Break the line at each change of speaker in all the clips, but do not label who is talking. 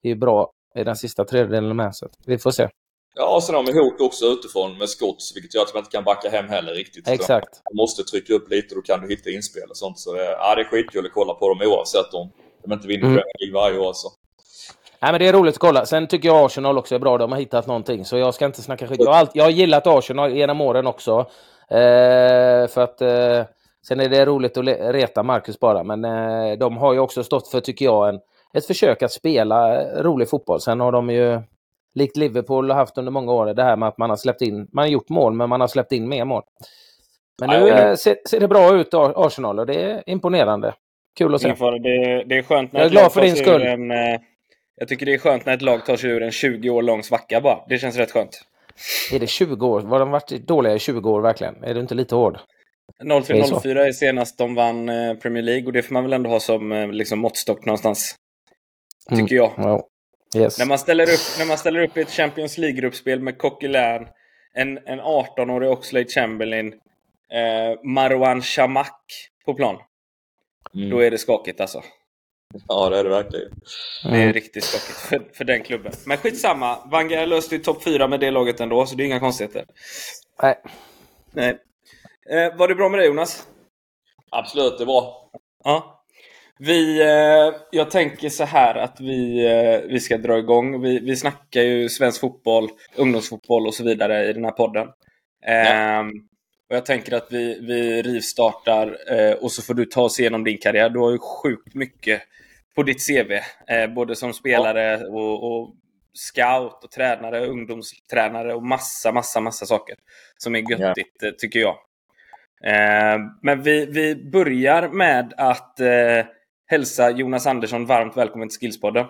är bra i den sista tredjedelen med. Så vi får se.
Ja, och sen har de hot också utifrån med skott, vilket gör att man inte kan backa hem heller riktigt.
Exakt.
Man måste trycka upp lite och då kan du hitta inspel och sånt. Så det är skitkul att kolla på dem oavsett om de inte vinner Premier League varje år. Så.
Nej, men det är roligt att kolla. Sen tycker jag Arsenal också är bra. De har hittat någonting. Så jag ska inte snacka skit. Jag har gillat Arsenal genom åren också. För att sen är det roligt att reta Marcus bara. Men de har ju också stått för, tycker jag, ett försök att spela rolig fotboll. Sen har de ju, likt Liverpool har haft under många år, det här med att man har gjort mål, men man har släppt in mer mål. Men nu ser det bra ut, Arsenal, och det är imponerande. Kul att se.
Det är skönt när
jag är glad för din skull.
Jag tycker det är skönt när ett lag tar sig ur en 20 år lång svacka bara. Det känns rätt skönt.
Är det 20 år? Var de varit dåliga i 20 år verkligen? Är du inte lite hård?
03-04 är senast de vann Premier League, och det får man väl ändå ha som liksom måttstock någonstans. Tycker jag.
Well, yes.
När man ställer upp i ett Champions League-gruppspel med Coquelin, en 18-årig Oxlade Chamberlain, Marouane Chamakh på plan. Då är det skakigt alltså.
Ja, det är det verkligen.
Det är riktigt skakigt för den klubben. Men skitsamma, Van Gaal löste ju topp 4 med det laget ändå, så det är inga konstigheter. Nej. Var det bra med dig, Jonas?
Absolut, det var.
Ja. Jag tänker så här att vi ska dra igång. Vi snackar ju svensk fotboll, ungdomsfotboll och så vidare i den här podden. Och jag tänker att vi rivstartar och så får du ta oss igenom din karriär. Du har ju sjukt mycket på ditt CV. Både som spelare och scout och tränare, ungdomstränare och massa saker som är göttigt, tycker jag. Men vi börjar med att hälsa Jonas Andersson varmt välkommen till Skillspodden.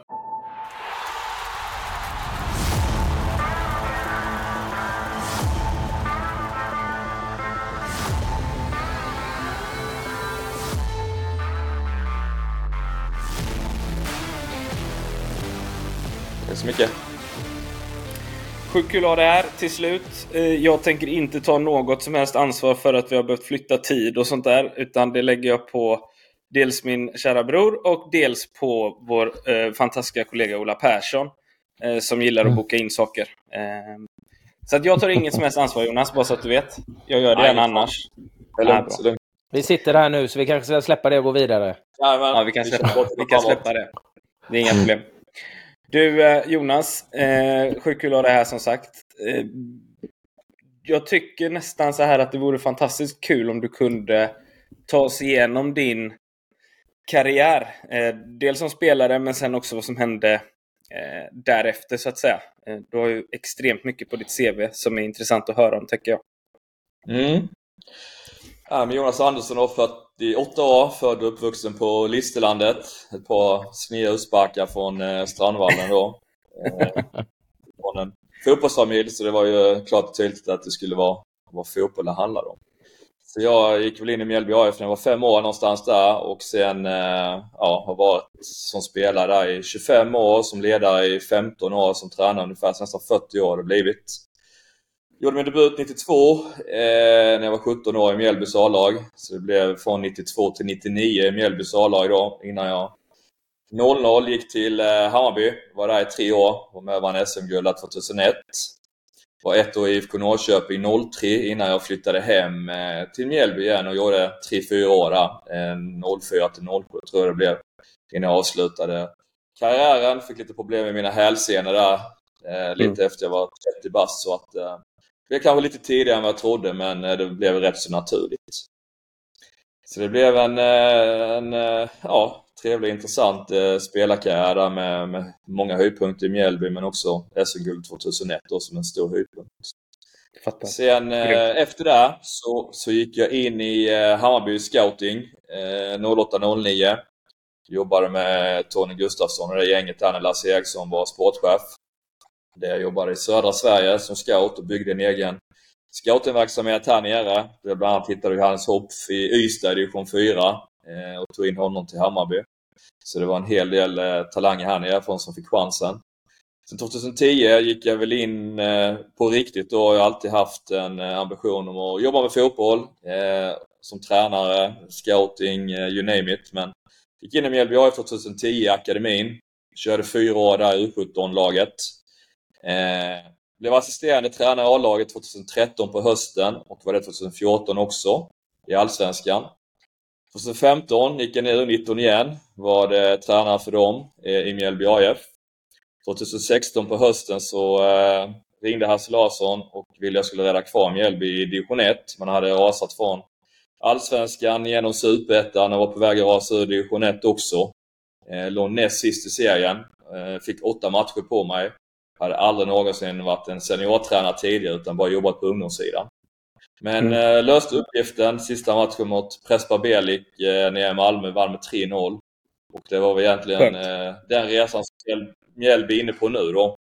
Tack så mycket.
Sjukt kul att ha det här till slut. Jag tänker inte ta något som helst ansvar för att vi har behövt flytta tid och sånt där, utan det lägger jag på dels min kära bror och dels på vår fantastiska kollega Ola Persson, som gillar att boka in saker. Så att jag tar inget som helst ansvar, Jonas, bara så att du vet. Jag gör det annars.
Vi sitter här nu, så vi kanske ska släppa det och gå vidare.
Ja, vi kan släppa det. Det är inga problem. Du, Jonas, sjukt kul att ha det här som sagt. Jag tycker nästan så här att det vore fantastiskt kul om du kunde ta oss igenom din karriär. Dels som spelare, men sen också vad som hände därefter, så att säga. Du har ju extremt mycket på ditt CV som är intressant att höra om, tycker jag.
Men Jonas Andersson har 48 år, född och uppvuxen på Listerlandet. Ett par sneda utsparkar från Strandvallen då. Från en fotbollsfamilj, så det var ju klart och tydligt att det skulle vara fotboll det handlade om. Så jag gick väl in i Mjällby AIF när jag var 5 år någonstans där, och sen har varit som spelare där i 25 år, som ledare i 15 år, som tränare ungefär nästan 40 år har det blivit. Gjorde min debut 92 när jag var 17 år i Mjällbys A-lag. Så det blev från 92 till 99 i Mjällbys A-lag då, innan jag 00 gick till Hammarby. Var där i 3 år, var med och vann SM-guld 2001. Var 1 år i IFK Norrköping 03 innan jag flyttade hem till Mjällby igen och gjorde 3-4 år där. 04 till 07 tror jag det blev, innan jag avslutade karriären. Fick lite problem med mina hälsenor där lite efter jag var 30 bast, så att det kanske lite tidigare än vad jag trodde, men det blev rätt så naturligt. Så det blev en trevlig, intressant spelarkarriär där med många höjdpunkter i Mjällby, men också SM-guld 2001 då, som en stor höjdpunkt. Sen efter det så gick jag in i Hammarby Scouting 08-09. Jobbade med Tony Gustafsson och det gänget där när Lasse Eriksson var sportchef. Där jag jobbade i södra Sverige som scout och byggde en egen scoutingverksamhet här nere. Där bland annat hittade Johannes Hopp i Ystad i division 4 och tog in honom till Hammarby. Så det var en hel del talanger här nere som fick chansen. Sen 2010 gick jag väl in på riktigt då. Jag har alltid haft en ambition om att jobba med fotboll som tränare, scouting, you name it. Men gick in i Mjällby AIF 2010 i akademin. Körde 4 år där i U17-laget. Blev assisterande tränare i A-laget 2013 på hösten och var det 2014 också i Allsvenskan. 2015 gick jag ner i 19 igen, var det tränare för dem i Mjällby AIF. 2016 på hösten så ringde Hasse Larsson och ville jag skulle rädda kvar Mjällby i division 1. Man hade rasat från Allsvenskan genom Superettan och var på väg att rasa ur division 1 också. Låg näst sist i serien. Fick 8 matcher på mig. Hade aldrig någonsin varit en seniortränare tidigare utan bara jobbat på ungdomssidan. Men löste uppgiften sista matchen mot Prespa Belik nere i Malmö, vann med 3-0. Och det var väl egentligen den resan som Mjällby inne på nu då.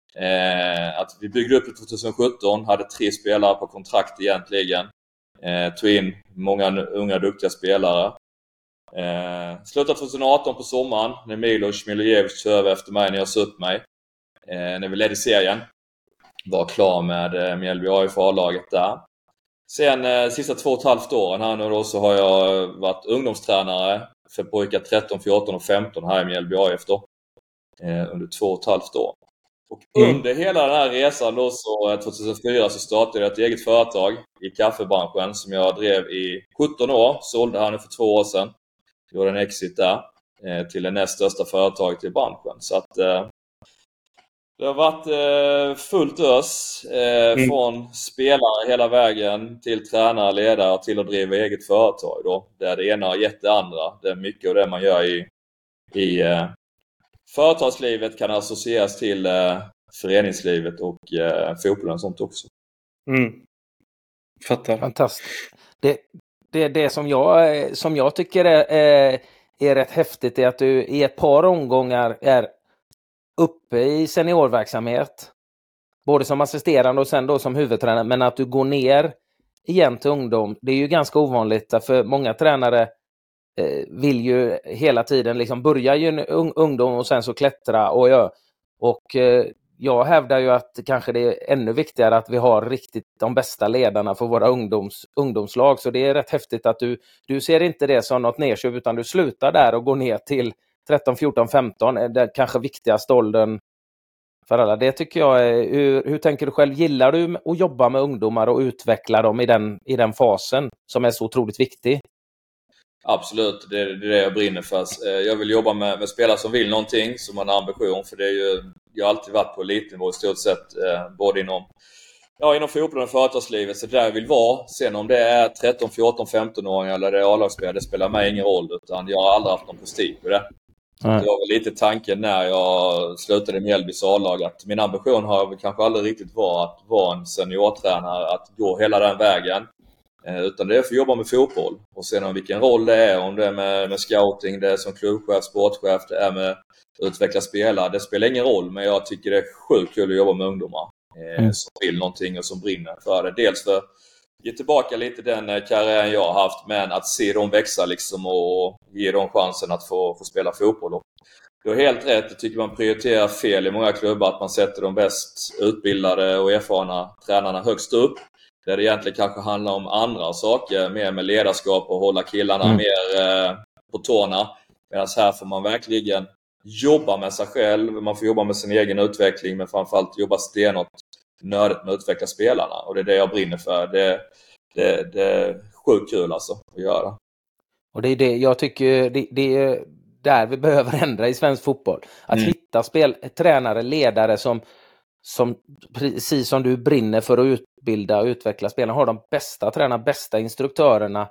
Att vi byggde upp 2017, hade 3 spelare på kontrakt egentligen. Tog in många unga duktiga spelare. Slutade 2018 på sommaren när Milos Milojevic tog över efter mig när jag sa upp mig. När vi ledde serien. Var klar med Mjällby AIF A-laget där. Sen sista 2,5 åren här nu då så har jag varit ungdomstränare för pojkar 13, 14 och 15 här i Mjällby AIF då. Under 2,5 år. Och under hela den här resan då så 2004 så startade jag ett eget företag i kaffebranschen som jag drev i 17 år. Sålde här nu för 2 år sedan. Gjorde en exit där till det näst största företaget i branschen. Så att det har varit fullt ös från spelare hela vägen till tränare, ledare till att driva eget företag då. Där det ena har gett det andra. Det är mycket av det man gör i företagslivet kan associeras till föreningslivet och fotbollen och sånt också.
Fattar.
Fantastiskt. Det som jag tycker är rätt häftigt är att du i ett par omgångar är uppe i seniorverksamhet. Både som assisterande och sen då som huvudtränare. Men att du går ner igen till ungdom. Det är ju ganska ovanligt. För många tränare vill ju hela tiden liksom börja ju en ungdom och sen så klättra och jag hävdar ju att kanske det är ännu viktigare att vi har riktigt de bästa ledarna för våra ungdomslag. Så det är rätt häftigt att du ser inte det som något nedköp utan du slutar där och går ner till 13, 14, 15 är den kanske viktigaste åldern för alla. Det tycker jag är, hur tänker du själv? Gillar du att jobba med ungdomar och utveckla dem i den fasen som är så otroligt viktig?
Absolut, det är det jag brinner för. Jag vill jobba med spelare som vill någonting, som har en ambition. För det är ju, jag har alltid varit på elitnivå i stort sett, både inom fotbollen och företagslivet. Så där jag vill vara. Sen om det är 13, 14, 15-åringar eller det är A-lagsspelare, det spelar mig ingen roll. Utan jag har aldrig haft någon prestige på det. Det var väl lite tanken när jag slutade i Mjällbys A-lag att min ambition har väl kanske aldrig riktigt varit att vara en seniortränare, att gå hela den vägen. Utan det är för att jobba med fotboll. Och sen om vilken roll det är, om det är med scouting, det är som klubbchef, sportchef, det är med att utveckla spelare. Det spelar ingen roll, men jag tycker det är sjukt kul att jobba med ungdomar som vill någonting och som brinner för det. Dels för att ge tillbaka lite den karriären jag har haft, men att se dem växa liksom och ge dem chansen att få spela fotboll. Du har helt rätt, jag tycker man prioriterar fel i många klubbar, att man sätter de bäst utbildade och erfarna tränarna högst upp. Där det egentligen kanske handlar om andra saker, mer med ledarskap och hålla killarna mer på tårna. Medan här får man verkligen jobba med sig själv, man får jobba med sin egen utveckling, men framförallt jobba stenhårt nördigt med att utveckla spelarna. Och det är det jag brinner för. Det är sjukt kul alltså att göra.
Och det är det jag tycker, det är där vi behöver ändra i svensk fotboll. Att hitta tränare, ledare som precis som du brinner för att utbilda och utveckla spelarna, har de bästa tränarna, bästa instruktörerna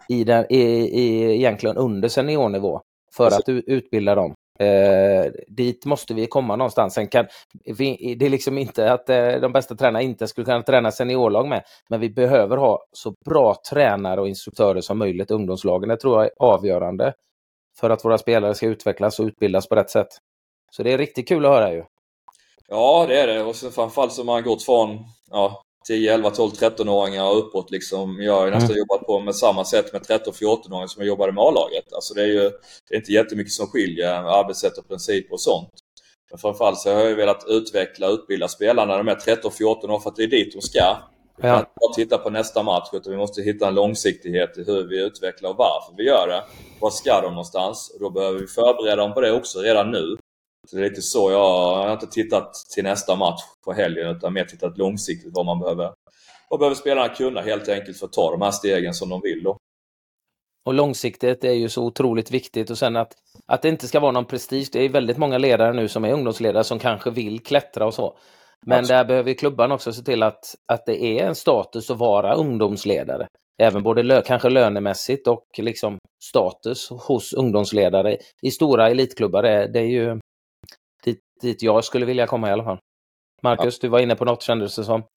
i egentligen under seniornivå för att utbilda dem. Dit måste vi komma någonstans. Sen det är liksom inte att de bästa tränarna inte skulle kunna träna seniorlag med, men vi behöver ha så bra tränare och instruktörer som möjligt i ungdomslagen. Det tror jag är avgörande för att våra spelare ska utvecklas och utbildas på rätt sätt. Så det är riktigt kul att höra ju.
Ja, det är det. Och sen framförallt som man har gått från 10, 11, 12, 13-åringar uppåt liksom. Jag har nästan jobbat på med samma sätt med 13-14-åringar som jag jobbade med A-laget. Alltså det är inte jättemycket som skiljer arbetssätt och principer och sånt. Men framförallt så har jag velat utbilda spelarna när de är 13-14 år för att det är dit de ska. Vi kan inte bara titta på nästa match, utan vi måste hitta en långsiktighet i hur vi utvecklar och varför vi gör det. Var ska de någonstans? Och då behöver vi förbereda dem på det också redan nu. Så det är lite så jag har inte tittat till nästa match på helgen, utan mer tittat långsiktigt vad behöver spelarna kunna helt enkelt för att ta de här stegen som de vill då.
Och långsiktigt är ju så otroligt viktigt, och sen att det inte ska vara någon prestige. Det är väldigt många ledare nu som är ungdomsledare som kanske vill klättra och så. Men
Absolut.
där behöver klubban också se till att det är en status att vara ungdomsledare. Även både kanske lönemässigt och liksom status hos ungdomsledare i stora elitklubbar. Det är ju dit jag skulle vilja komma i alla fall. Marcus, du var inne på något, kändes det som.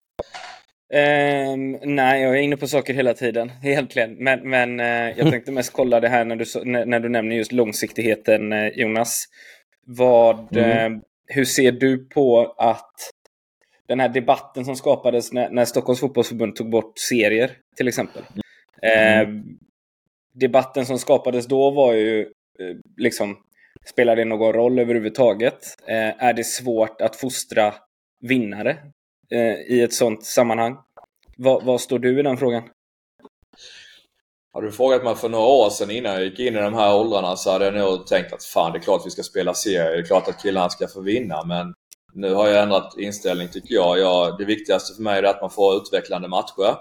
Nej, jag är inne på saker hela tiden egentligen. Men jag tänkte mest kolla det här när du nämner just långsiktigheten, Jonas. Hur ser du på att den här debatten som skapades när Stockholms fotbollsförbund tog bort serier till exempel? Debatten som skapades då var ju liksom, spelar det någon roll överhuvudtaget? Är det svårt att fostra vinnare i ett sånt sammanhang? Vad står du i den frågan?
Har du frågat mig för några år sedan innan jag gick in i de här åldrarna, så hade jag nog tänkt att fan, det är klart vi ska spela serier. Det är klart att killarna ska få vinna, men nu har jag ändrat inställning tycker jag. Det viktigaste för mig är att man får utvecklande matcher.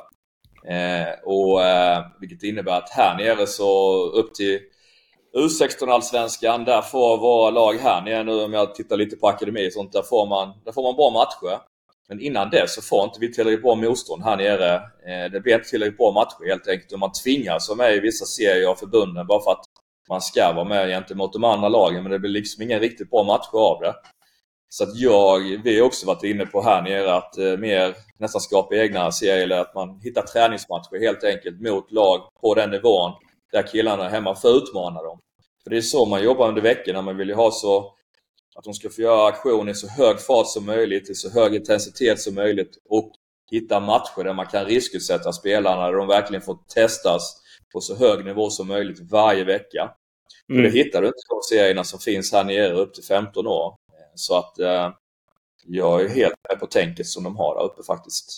Vilket innebär att här nere så upp till U16-allsvenskan, där får våra lag här nere nu, om jag tittar lite på akademi och sånt, där får man bra matcher. Men innan det så får inte vi tillräckligt bra motstånd här nere. Det blir inte tillräckligt bra matcher helt enkelt. Man tvingas vara med i vissa serier av förbunden bara för att man ska vara med gentemot de andra lagen. Men det blir liksom ingen riktigt bra matcher av det. Så att vi har också varit inne på här nere att mer nästan skapa egna serier, eller att man hittar träningsmatcher helt enkelt mot lag på den nivån där killarna hemma får utmana dem. För det är så man jobbar under veckorna. Man vill ju ha så att de ska få göra aktion i så hög fart som möjligt, i så hög intensitet som möjligt, och hitta matcher där man kan riskutsätta spelarna, där de verkligen får testas på så hög nivå som möjligt varje vecka. Och det hittar du inte de serierna som finns här nere upp till 15 år. Så att jag är helt med på tänket som de har där uppe faktiskt.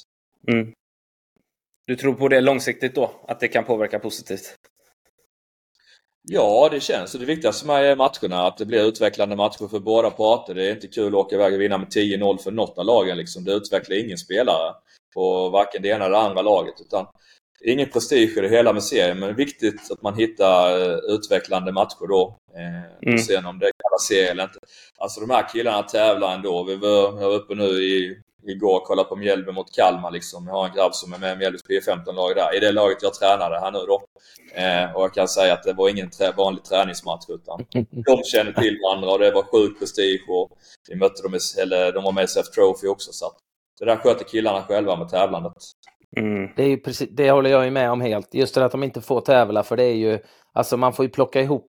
Du tror på det långsiktigt då? Att det kan påverka positivt?
Ja, det känns. Det viktigaste med är matcherna, att det blir utvecklande matcher för båda parter. Det är inte kul att åka iväg och vinna med 10-0 för något av lagen. Liksom. Det utvecklar ingen spelare på varken det ena eller andra laget. Utan det är ingen prestige i det hela med serien, men det är viktigt att man hittar utvecklande matcher då. Och sen om det kallas serie eller inte. Alltså de här killarna tävlar ändå. Vi var uppe nu igår och kollade på Mjällby mot Kalmar. Liksom. Jag har en grabb som är med i Mjällbys P15-lag där. I det laget jag tränade här nu då. Och jag kan säga att det var ingen vanlig träningsmatch, utan de kände till varandra och det var sjukt prestige, och vi mötte dem de var med i SF Trophy också, så att det där sköter killarna själva med tävlandet.
Det är ju precis, det håller jag ju med om helt. Just det att de inte får tävla, för det är ju, alltså man får ju plocka ihop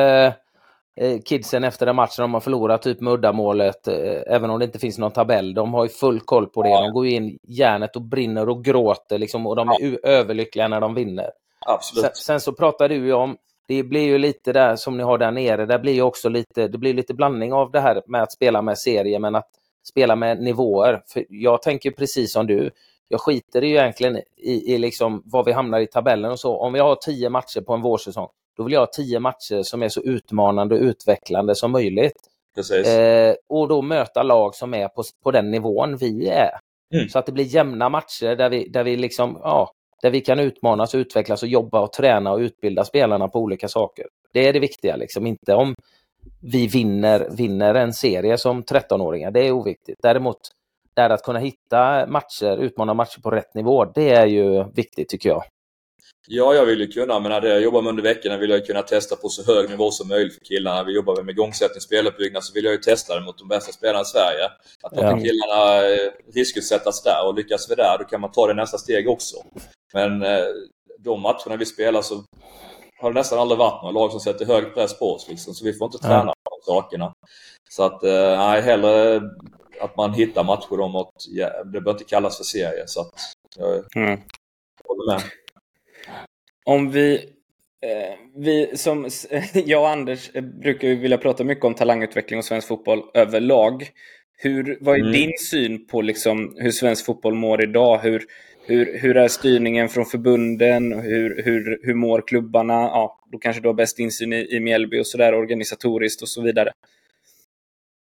kidsen efter den matchen om man förlorar typ med uddamålet, även om det inte finns någon tabell. De har ju full koll på det. De går ju in järnet och brinner och gråter liksom, och de är överlyckliga när de vinner.
Absolut.
Sen så pratar du ju om, det blir ju lite där som ni har där nere, där blir ju också lite, det blir lite blandning av det här med att spela med serier, men att spela med nivåer. För jag tänker precis som du, jag skiter ju egentligen i liksom vad vi hamnar i tabellen och så. Om vi har 10 matcher på en vårsäsong, då vill jag ha 10 matcher som är så utmanande och utvecklande som möjligt.
Precis.
Och då möta lag som är på den nivån vi är. Så att det blir jämna matcher där vi liksom, där vi kan utmanas, utvecklas och jobba och träna och utbilda spelarna på olika saker. Det är det viktiga liksom, inte om vi vinner en serie som 13-åringar. Det är oviktigt. Däremot där att kunna hitta matcher, utmana matcher på rätt nivå, det är ju viktigt tycker jag.
Ja, jag vill ju kunna, men när jag jobbar med under veckorna vill jag kunna testa på så hög nivå som möjligt för killarna. Vi jobbar med igångsättning, speluppbyggnad, så vill jag ju testa det mot de bästa spelarna i Sverige. Att låta killarna riskutsättas där, och lyckas vi där, då kan man ta det nästa steg också. Men de matcherna vi spelar så har det nästan aldrig varit några lag som sätter hög press på oss liksom, så vi får inte träna på de sakerna. Så att hellre att man hittar matcher om att det bör inte kallas för serie, så att jag håller med.
Om vi som jag och Anders brukar ju vilja prata mycket om talangutveckling och svensk fotboll överlag. Vad är din syn på liksom hur svensk fotboll mår idag? Hur är styrningen från förbunden? Hur mår klubbarna? Ja, då kanske du har bäst insyn i Mjällby och sådär, organisatoriskt och så vidare.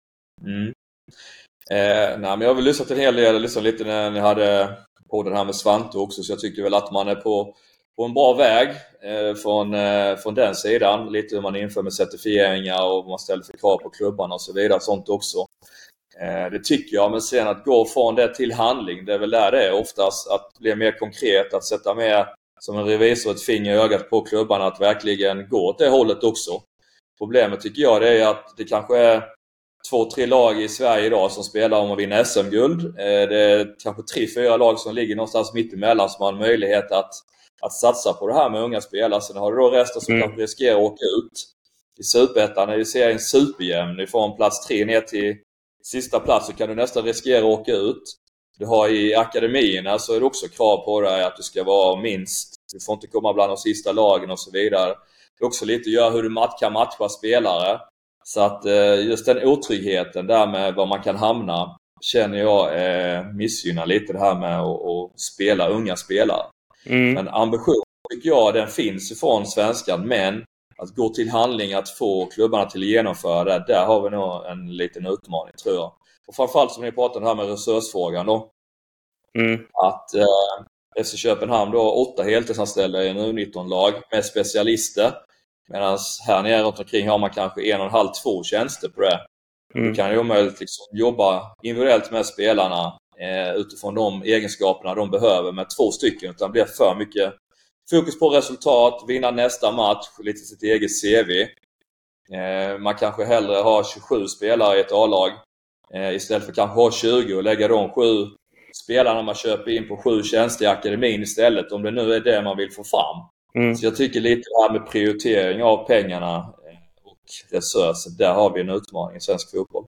Nej, men jag har väl lyssnat en hel del liksom lite när ni hade på den här med Svante också, så jag tycker väl att man är på en bra väg från den sidan. Lite hur man inför med certifieringar och vad man ställer för krav på klubbarna och så vidare, sånt också. Det tycker jag, men sen att gå från det till handling, det är väl där det är oftast, att bli mer konkret, att sätta med som en revisor ett finger i ögat på klubbarna, att verkligen gå åt det hållet också. Problemet tycker jag det är att det kanske är 2-3 lag i Sverige idag som spelar om att vinna SM-guld. Det är kanske 3-4 lag som ligger någonstans mitt emellan som har en möjlighet att satsa på det här med unga spelare. Sen har du då resten som kanske riskerar att åka ut. I Superettan är ju serien superjämn. Ifrån plats 3 ner till sista plats så kan du nästan riskera att åka ut. Du har i akademierna så är det också krav på dig att du ska vara minst. Du får inte komma bland de sista lagen och så vidare. Det är också lite att göra hur du kan matcha spelare. Så att just den otryggheten där med var man kan hamna känner jag missgynnar lite det här med att spela unga spelare. Men ambition tycker jag den finns ifrån svenskan, men att gå till handling, att få klubbarna till att genomföra det, där har vi nog en liten utmaning tror jag. Och framförallt som ni pratade här med resursfrågan då. Att FC Köpenhamn då har 8 heltidsanställda i en U19-lag med specialister. Medan här nere runt omkring har man kanske 1,5-2 tjänster på det. Du kan ju omöjligt liksom jobba individuellt med spelarna utifrån de egenskaperna de behöver med 2 stycken. Utan det blir för mycket fokus på resultat, vinna nästa match, lite sitt eget CV. Man kanske hellre har 27 spelare i ett A-lag istället för kanske ha 20 och lägga de 7 spelarna man köper in på 7 tjänster i akademin istället, om det nu är det man vill få fram. Så jag tycker lite det här med prioritering av pengarna och resurser, där har vi en utmaning i svensk fotboll.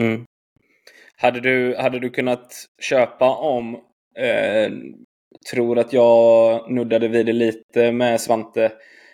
Hade du kunnat köpa om tror att jag nuddade vid det lite med Svante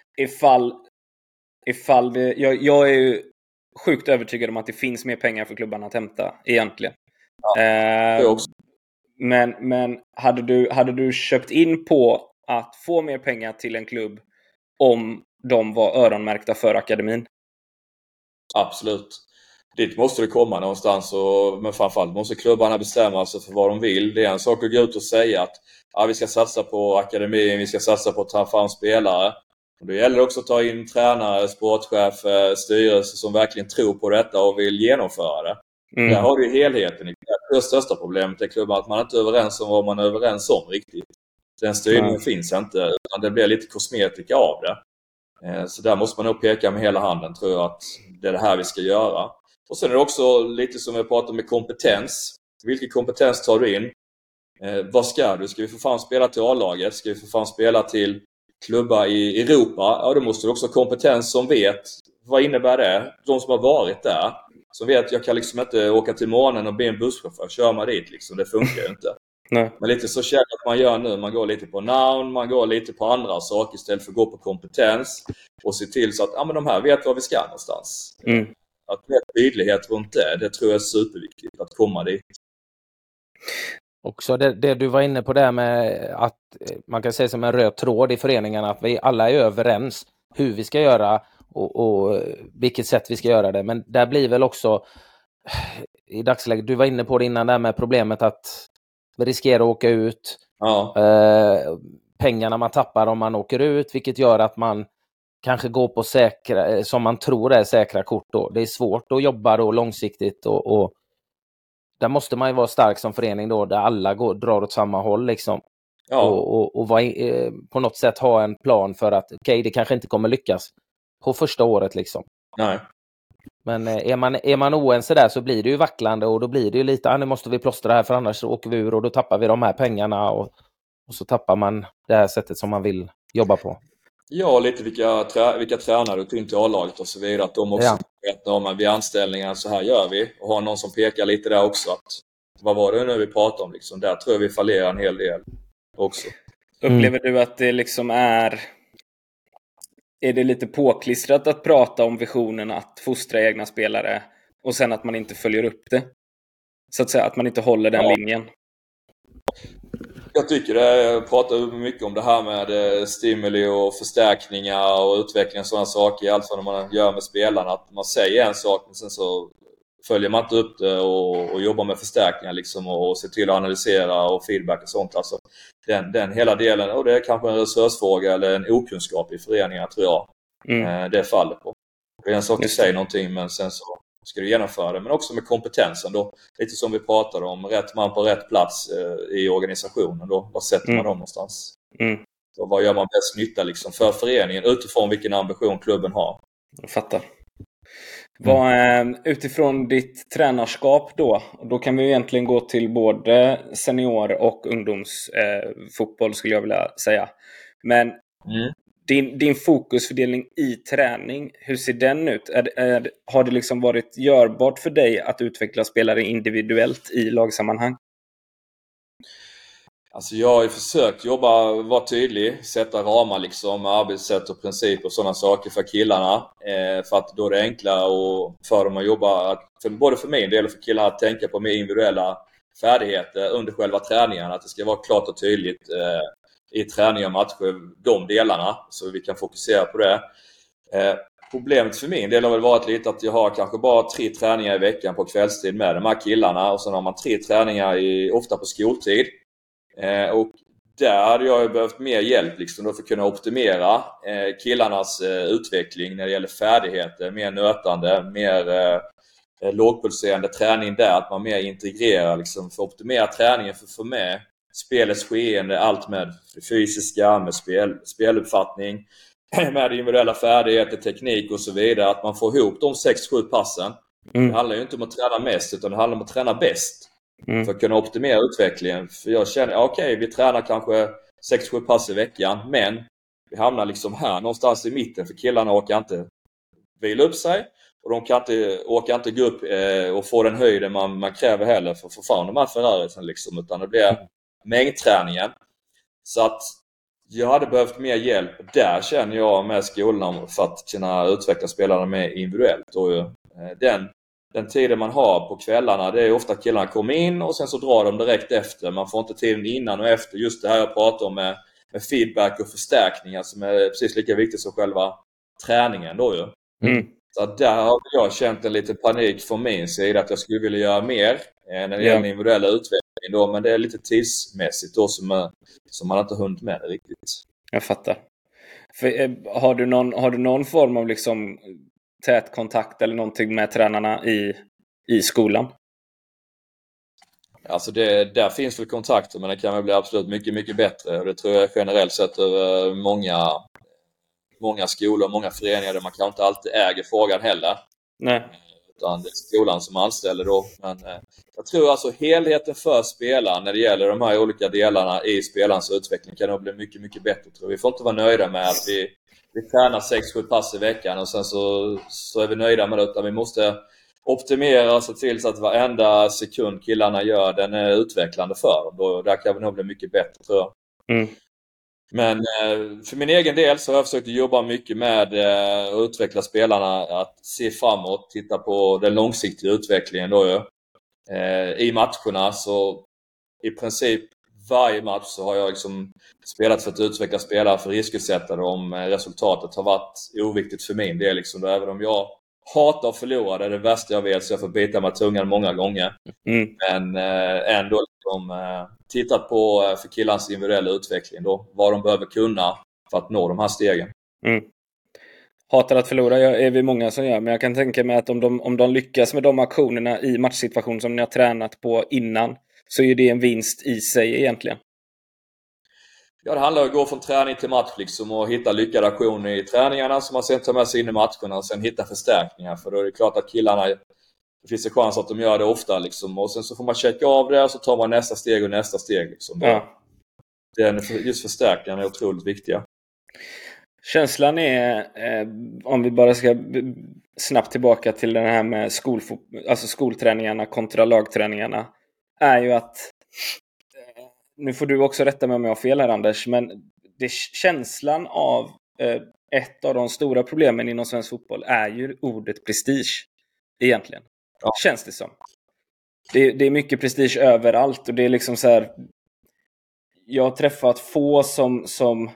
ifall det, jag är ju sjukt övertygad om att det finns mer pengar för klubbarna att hämta egentligen.
Det också.
Men hade du köpt in på att få mer pengar till en klubb om de var öronmärkta för akademin?
Absolut. Dit måste det komma någonstans, men framförallt måste klubbarna bestämma sig för vad de vill. Det är en sak att gå ut och säga att vi ska satsa på akademin, vi ska satsa på att ta fram spelare. Och det gäller också att ta in tränare, sportchefer, styrelser som verkligen tror på detta och vill genomföra det. Där har du helheten. Det största problemet är klubban att man inte är överens om vad man är överens om riktigt. Den styrningen finns inte, utan det blir lite kosmetika av det. Så där måste man nog peka med hela handen, tror jag, att det är det här vi ska göra. Och sen är det också lite som vi pratar med kompetens. Vilken kompetens tar du in? Vad ska du? Ska vi få fan spela till A-laget? Ska vi få fan spela till klubbar i Europa? Ja, då måste du också ha kompetens som vet. Vad innebär det? De som har varit där. Som vet, jag kan liksom inte åka till månen och be en busschaufför köra mig dit liksom. Det funkar ju inte.
Nej.
Men lite så känner att man gör nu. Man går lite på namn, man går lite på andra saker istället för att gå på kompetens. Och se till så att men de här vet var vi ska någonstans. Att det är tydlighet runt det tror jag är superviktigt att komma dit.
Också det du var inne på där med att man kan säga som en röd tråd i föreningarna, att vi alla är överens hur vi ska göra och vilket sätt vi ska göra det. Men där blir väl också i dagsläget, du var inne på det innan där med problemet att vi riskerar att åka ut.
Ja.
Pengarna man tappar om man åker ut, vilket gör att man kanske går på säkra, som man tror är säkra kort då. Det är svårt att jobba då långsiktigt och där måste man ju vara stark som förening då, där alla drar åt samma håll liksom.
Ja.
Och på något sätt ha en plan för att det kanske inte kommer lyckas på första året liksom.
Nej.
Men är man oense där så blir det ju vacklande och då blir det ju lite, nu måste vi plåstra här för annars så åker vi ur och då tappar vi de här pengarna och så tappar man det här sättet som man vill jobba på.
Ja, lite vilka tränare du tar in till A-laget och så vidare. Att de också vet om att vid anställningar så här gör vi. Och har någon som pekar lite där också. Att, vad var det nu vi pratade om? Liksom? Där tror jag vi fallerar en hel del också.
Upplever du att det liksom är det lite påklistrat att prata om visionen att fostra egna spelare och sen att man inte följer upp det? Så att säga, att man inte håller den linjen.
Jag tycker jag pratar mycket om det här med stimuli och förstärkningar och utveckling och sådana saker. I allt vad man gör med spelarna. Att man säger en sak men sen så följer man inte upp det och jobbar med förstärkningar liksom, och ser till att analysera och feedback och sånt. Alltså, den hela delen, och det är kanske en resursfråga eller en okunskap i föreningar, tror jag. Det faller på. Det är en sak att säga någonting, men sen så ska du genomföra det. Men också med kompetensen då. Lite som vi pratade om, rätt man på rätt plats i organisationen då. Vad sätter man dem någonstans? Och vad gör man bäst nytta liksom för föreningen utifrån vilken ambition klubben har?
Jag fattar. Utifrån ditt tränarskap då kan vi egentligen gå till både senior- och ungdomsfotboll skulle jag vilja säga. Men din fokusfördelning i träning, hur ser den ut? Har det liksom varit görbart för dig att utveckla spelare individuellt i lagsammanhang?
Alltså jag har ju försökt vara tydlig, sätta ramar liksom, arbetssätt och principer och sådana saker för killarna. För att då är det enklare och för dem att jobba, både för min del och för killarna, att tänka på mer individuella färdigheter under själva träningen. Att det ska vara klart och tydligt i träning och matcher, de delarna, så vi kan fokusera på det. Problemet för min del har väl varit lite att jag har kanske bara 3 träningar i veckan på kvällstid med de här killarna, och sen har man 3 träningar ofta på skoltid. Och där hade jag behövt mer hjälp liksom då för att kunna optimera killarnas utveckling när det gäller färdigheter, mer nötande, mer lågpulserande träning där, att man mer integrerar liksom, för att optimera träningen, för att få med spelets skeende, allt med det fysiska, med speluppfattning, med individuella färdigheter, teknik och så vidare, att man får ihop de 6-7 passen. Det handlar ju inte om att träna mest, utan det handlar om att träna bäst. För att kunna optimera utvecklingen. För jag känner, okej, vi tränar kanske 6-7 pass i veckan, men vi hamnar liksom här någonstans i mitten, för killarna orkar inte vila upp sig, och de orkar inte gå upp och få den höjden man kräver heller för att få fram de här Ferrarisen liksom, utan det blir mängdträningen. Så att jag hade behövt mer hjälp där, känner jag, med skolorna för att kunna utveckla spelarna mer individuellt. Och den tiden man har på kvällarna, det är ofta att killarna kommer in och sen så drar de direkt efter. Man får inte tiden innan och efter. Just det här jag pratar om med feedback och förstärkningar, som är precis lika viktigt som själva träningen då ju. Så där har jag känt en liten panik från min sida, att jag skulle vilja göra mer när det gäller individuella utveckling då, men det är lite tidsmässigt då som man inte hunnit med det riktigt.
Jag fattar. Har du någon form av liksom tät kontakt eller någonting med tränarna i skolan?
Alltså där finns väl kontakter, men det kan väl bli absolut mycket, mycket bättre. Och det tror jag generellt sett över många skolor, många föreningar, där man kanske inte alltid äger frågan heller.
Nej.
Utan det är skolan som anställer då. Men jag tror alltså helheten för spelaren när det gäller de här olika delarna i spelarens utveckling kan nog bli mycket, mycket bättre, tror jag. Vi får inte vara nöjda med att vi tränar 6-7 pass i veckan och sen så är vi nöjda med det, utan vi måste optimera och se till så att varenda sekund killarna gör, den är utvecklande för dem. Då, där kan vi nog bli mycket bättre, tror jag. Men för min egen del så har jag försökt jobba mycket med att utveckla spelarna, att se framåt, titta på den långsiktiga utvecklingen då ju. I matcherna, så i princip varje match så har jag liksom spelat för att utveckla spelare, för riskutsättare om resultatet har varit oviktigt för min del liksom. Då, även om jag hatar att förlora, det är det värsta jag vet, så jag får bita med tungan många gånger. Men ändå liksom, tittat på för killans individuella utveckling då, vad de behöver kunna för att nå de här stegen.
Hatar att förlora är vi många som gör, men jag kan tänka mig att om de lyckas med de aktionerna i matchsituation som ni har tränat på innan, så är det en vinst i sig egentligen.
Ja, det handlar om att gå från träning till match liksom, och hitta lyckade aktioner i träningarna som man sen tar med sig in i matcherna, och sen hitta förstärkningar. För då är det klart att killarna, det finns en chans att de gör det ofta liksom, och sen så får man checka av det och så tar man nästa steg och nästa steg liksom. Just förstärkningarna är otroligt viktiga.
Känslan är, om vi bara ska snabbt tillbaka till den här med skolträningarna kontra lagträningarna, är ju att, nu får du också rätta mig om jag har fel här, Anders, men känslan av ett av de stora problemen inom svensk fotboll är ju ordet prestige egentligen. Ja. Känns det som. Det är mycket prestige överallt, och det är liksom så här, jag har träffat få som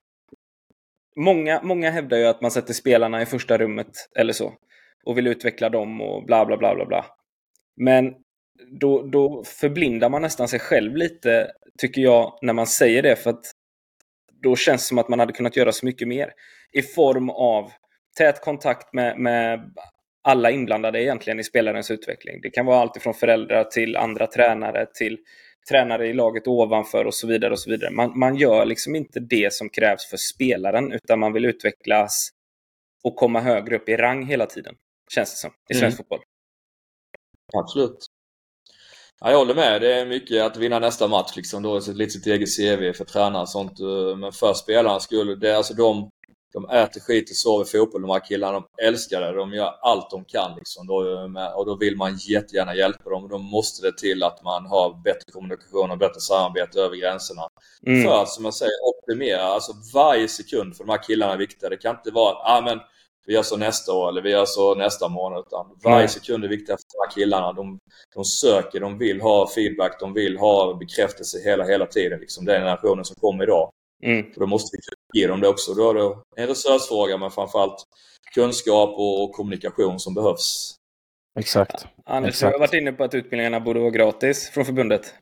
många hävdar ju att man sätter spelarna i första rummet eller så och vill utveckla dem och bla bla bla bla bla. Men då förblindar man nästan sig själv lite, tycker jag, när man säger det. För att då känns det som att man hade kunnat göra så mycket mer. I form av tät kontakt med alla inblandade egentligen i spelarens utveckling. Det kan vara allt ifrån föräldrar till andra tränare, till tränare i laget ovanför och så vidare och så vidare. Man gör liksom inte det som krävs för spelaren, utan man vill utvecklas och komma högre upp i rang hela tiden, känns det som, i svensk fotboll.
Absolut. Ja, jag håller med. Det är mycket att vinna nästa match liksom. Då är det lite sitt eget CV för tränare och sånt. Men för spelarna skulle det, alltså de äter skit och sover fotboll, de här killarna. De älskar det. De gör allt de kan liksom. Och då vill man jättegärna hjälpa dem. Och då måste det till att man har bättre kommunikation och bättre samarbete över gränserna. För att, som jag säger, optimera. Alltså varje sekund för de här killarna är viktiga. Det kan inte vara, men vi gör så nästa år eller vi gör så nästa månad. Utan varje sekund är viktigt för de här killarna. De söker, de vill ha feedback, de vill ha bekräftelse hela tiden. Liksom. Det är generationen som kommer idag. För då måste vi ge dem det också. Då är det en resursfråga, men framförallt kunskap och kommunikation som behövs.
Exakt.
Anders, jag har varit inne på att utbildningarna borde vara gratis från förbundet.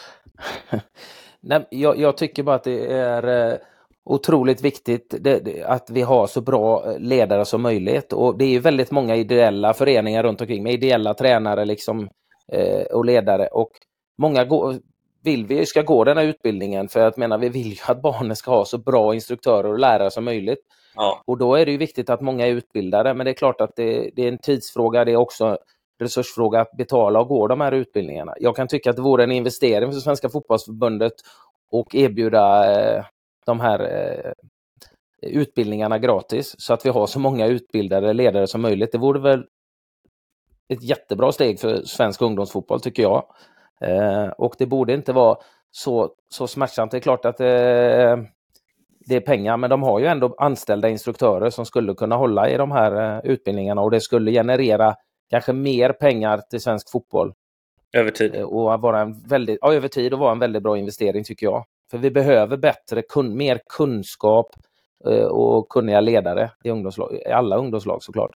Nej, jag tycker bara att det är otroligt viktigt att vi har så bra ledare som möjligt. Och det är ju väldigt många ideella föreningar runt omkring med ideella tränare liksom, och ledare. Och många vill vi ska gå den här utbildningen, för att vi vill ju att barnen ska ha så bra instruktörer och lärare som möjligt.
Ja.
Och då är det ju viktigt att många är utbildade, men det är klart att det är en tidsfråga, det är också resursfråga att betala och gå de här utbildningarna. Jag kan tycka att det vore en investering för Svenska fotbollsförbundet och erbjuda de här utbildningarna gratis, så att vi har så många utbildade ledare som möjligt. Det vore väl ett jättebra steg för svensk ungdomsfotboll, tycker jag. Och det borde inte vara så smärtsamt. Det är klart att det är pengar, men de har ju ändå anställda instruktörer som skulle kunna hålla i de här utbildningarna, och det skulle generera kanske mer pengar till svensk fotboll.
Över tid.
Och vara över tid och vara en väldigt bra investering, tycker jag. För vi behöver mer kunskap och kunniga ledare i alla ungdomslag, såklart.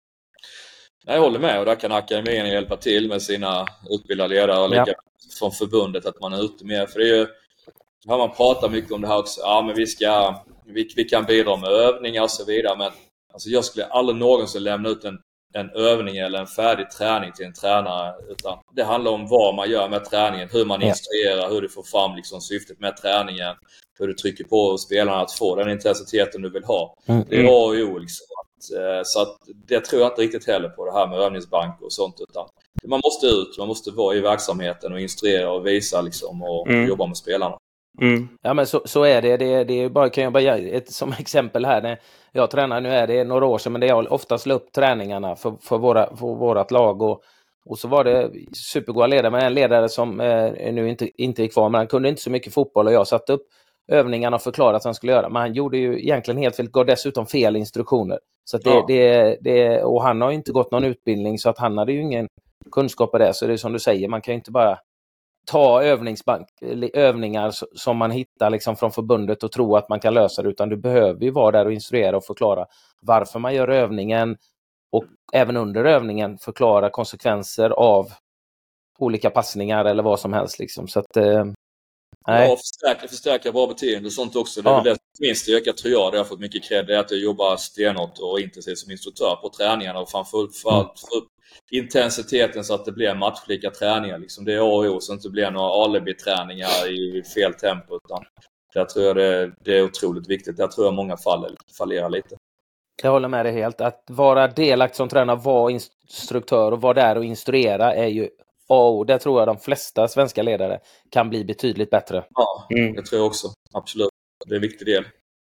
Jag håller med, och där kan akademin hjälpa till med sina utbildade ledare och lika från förbundet, att man är ute med. För det är ju, här man pratar mycket om det här också. Ja, men vi kan bidra med övningar och så vidare, men alltså jag skulle aldrig någonsin lämna ut en övning eller en färdig träning till en tränare, utan det handlar om vad man gör med träningen, hur man instruerar, hur du får fram liksom syftet med träningen, hur du trycker på spelarna att få den intensiteten du vill ha. Det är A och O liksom. Så att det tror jag inte riktigt heller på, det här med övningsbank och sånt, utan man måste vara i verksamheten och instruera och visa liksom, och jobba med spelarna.
Ja, men så är det. Det är bara, kan jag bara ge som exempel här. När jag tränar, nu är det några år sedan, men det är oftast slå upp träningarna för vårat lag, och så var det supergoda ledare, men en ledare som nu inte är kvar, men han kunde inte så mycket fotboll, och jag satte upp övningarna och förklarade att han skulle göra, men han gjorde ju egentligen helt fel, gav dessutom fel instruktioner. Så att och han har ju inte gått någon utbildning, så att han hade ju ingen kunskap på det. Så det är som du säger, man kan ju inte bara ta övningar som man hittar liksom från förbundet och tro att man kan lösa det, utan du behöver ju vara där och instruera och förklara varför man gör övningen, och även under övningen förklara konsekvenser av olika passningar eller vad som helst liksom. Så att
ja, förstärka bra beteende och sånt också. Det är väl det min styrka, tror jag. Det har fått mycket cred, det är att jag jobbar stenhårt och intensivt som instruktör på träningarna, och framförallt för upp intensiteten så att det blir matchlika träningar liksom. Det är A och O, så att det inte blir några alibi-träningar i fel tempo, utan där tror jag det är otroligt viktigt. Där tror jag många fallerar lite.
Jag håller med dig helt. Att vara delaktig som tränare, vara instruktör och vara där och instruera är ju det tror jag de flesta svenska ledare kan bli betydligt bättre.
Ja, det tror jag också. Absolut. Det är en viktig del.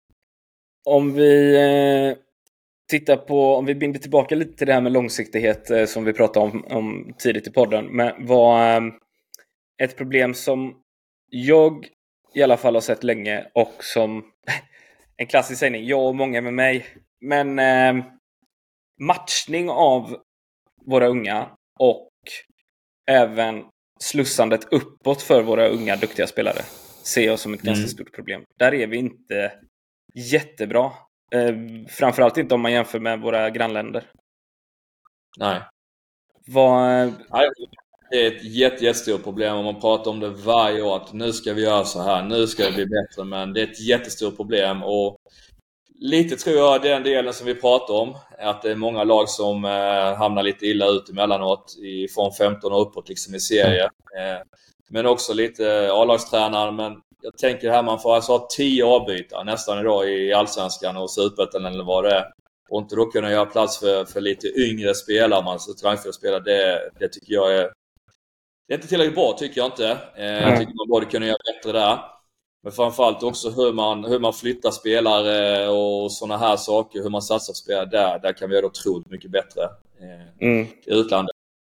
Om vi om vi binder tillbaka lite till det här med långsiktighet som vi pratade om tidigt i podden. Men vad ett problem som jag i alla fall har sett länge, och som en klassisk sägning, jag och många med mig, men matchning av våra unga och även slussandet uppåt för våra unga duktiga spelare ser jag som ett ganska stort problem. Där är vi inte jättebra. Framförallt inte om man jämför med våra grannländer.
Nej. Det är ett jättestort problem om man pratar om det varje år, att nu ska vi göra så här, nu ska det bli bättre, men det är ett jättestort problem. Och lite tror jag den delen som vi pratar om, att det är många lag som hamnar lite illa ut emellanåt från 15 och uppåt liksom i serie. Men också lite A-lagstränare. Men jag tänker här, man får alltså ha 10 avbytare nästan idag i Allsvenskan och Superettan eller vad det är. Och inte då kunna göra plats för lite yngre spelare, man så talangfulla spelare, det tycker jag är... Det är inte tillräckligt bra, tycker jag inte. Jag tycker man borde kunna göra bättre där. Men framförallt också hur man flyttar spelare och sådana här saker. Hur man satsar på spelare där kan vi göra otroligt mycket bättre i utlandet.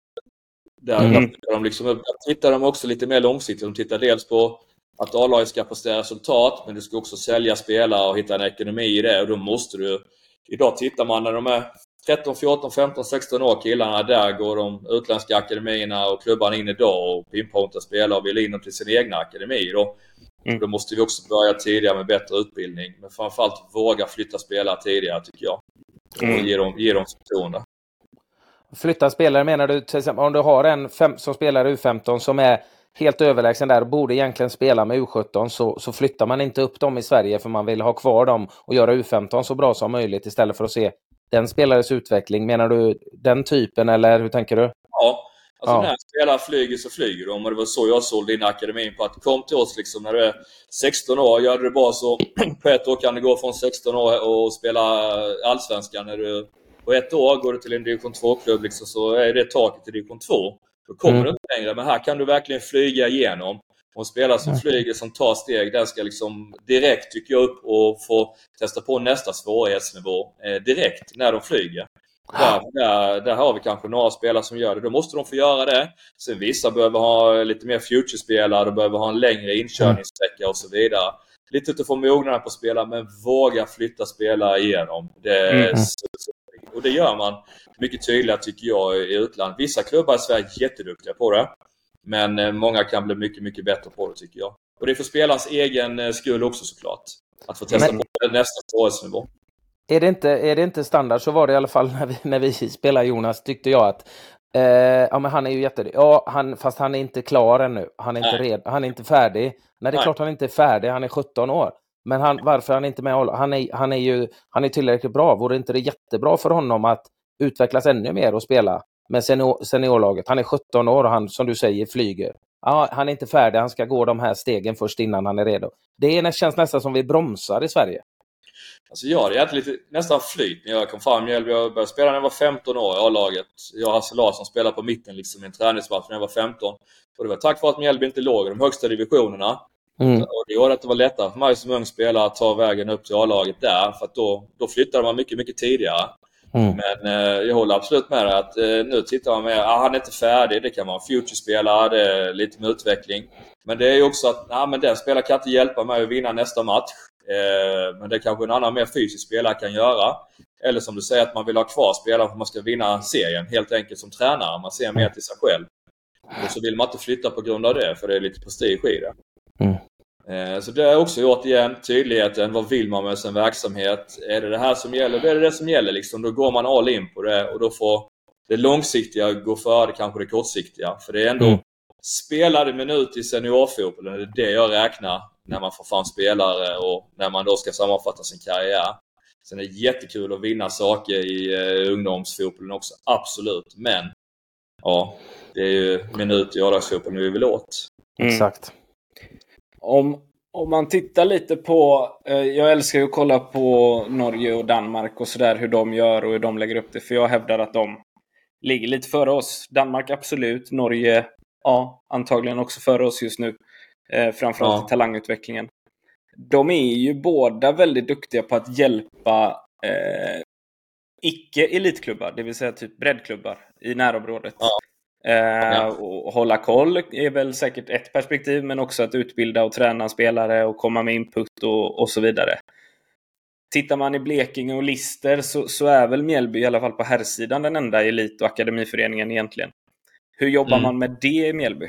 Där tittar de också lite mer långsiktigt. De tittar dels på att A-laget ska prestera resultat, men du ska också sälja spelare och hitta en ekonomi i det. Och då måste du... Idag tittar man när de är 13, 14, 15, 16 år killarna, där går de utländska akademierna och klubbarna in idag och pinpointar spelare och vill in dem till sin egna akademi. Då måste vi också börja tidigare med bättre utbildning. Men framförallt våga flytta spelare tidigare, tycker jag. Och ge dem förtroende.
Flytta spelare menar du till exempel om du har en som spelar U15 som är helt överlägsen där och borde egentligen spela med U17, så flyttar man inte upp dem i Sverige för man vill ha kvar dem och göra U15 så bra som möjligt istället för att se den spelares utveckling. Menar du den typen eller hur tänker du?
Ja, alltså när spelare flyger så flyger de, och det var så jag sålde in akademin på, att kom till oss liksom när du är 16 år, gör det bara så på ett år kan du gå från 16 år och spela Allsvenskan. När du på ett år går du till en division 2-klubb liksom, så är det taket till division 2. Då kommer du inte längre, men här kan du verkligen flyga igenom. Och en spelare som flyger, som tar steg, den ska liksom direkt, tycker jag, upp och få testa på nästa svårighetsnivå direkt när de flyger. Där har vi kanske några spelare som gör det. Då måste de få göra det. Sen vissa behöver ha lite mer future-spelare, de behöver ha en längre inkörningssträcka och så vidare. Lite utifrån mognaden på spelare, men våga flytta spelare igenom. Och det gör man mycket tydligare, tycker jag, i utlandet. Vissa klubbar i Sverige är jätteduktiga på det. Men många kan bli mycket, mycket bättre på det, tycker jag. Och det är för spelarens egen skull också, såklart. Att få testa på nästa svårighetsnivå.
Är det inte standard, så var det i alla fall när vi spelade Jonas, tyckte jag att men han är ju fast han är inte klar ännu. Han är inte färdig. Nej, det är klart han inte är färdig. Han är 17 år. Men varför han inte med? Han är tillräckligt bra. Vore inte det jättebra för honom att utvecklas ännu mer och spela med seniorlaget? Han är 17 år och han, som du säger, flyger. Ja, han är inte färdig. Han ska gå de här stegen först innan han är redo. Känns nästan som vi bromsar i Sverige.
Alltså det är lite nästan flyt när jag kom fram. Jag började spela när jag var 15 år i A-laget. Jag och Hasse Larsson spelade på mitten liksom i en träningsmatch när jag var 15. Och det var tack vare att Mjällby inte låg i de högsta divisionerna. Och det gjorde att det var lättare för mig som ung spelare att ta vägen upp till A-laget där. För att då flyttade man mycket, mycket tidigare. Men jag håller absolut med att nu tittar man med, han är inte färdig. Det kan vara en future-spelare, det är lite med utveckling. Men det är ju också att men den spelaren kan inte hjälpa mig att vinna nästa match. Men det kanske en annan mer fysisk spelare kan göra. Eller som du säger, att man vill ha kvar spelare för att man ska vinna serien. Helt enkelt som tränare, man ser mer till sig själv. Och så vill man inte flytta på grund av det, för det är lite prestige i det. Så det har också gjort igen tydligheten. Vad vill man med sin verksamhet? Är det här som gäller? Det är det som gäller liksom. Då går man all in på det. Och då får det långsiktiga gå före kanske det kortsiktiga. För det är ändå spelade minut i seniorfotbollen. Det är det jag räknar när man får fram spelare och när man då ska sammanfatta sin karriär. Sen är det jättekul att vinna saker i ungdomsfotbollen också. Absolut. Men det är ju minut i A-lagsfotbollen vi vill åt.
Exakt.
Om man tittar lite på, jag älskar ju att kolla på Norge och Danmark och sådär, hur de gör och hur de lägger upp det, för jag hävdar att de ligger lite före oss. Danmark absolut, Norge antagligen också före oss just nu, framförallt i talangutvecklingen. De är ju båda väldigt duktiga på att hjälpa icke-elitklubbar, det vill säga typ breddklubbar i närområdet. Och hålla koll är väl säkert ett perspektiv, men också att utbilda och träna spelare och komma med input och så vidare. Tittar man i Blekinge och Lister så är väl Mjällby i alla fall på herrsidan den enda elit- och akademiföreningen egentligen. Hur jobbar man med det i Mjällby?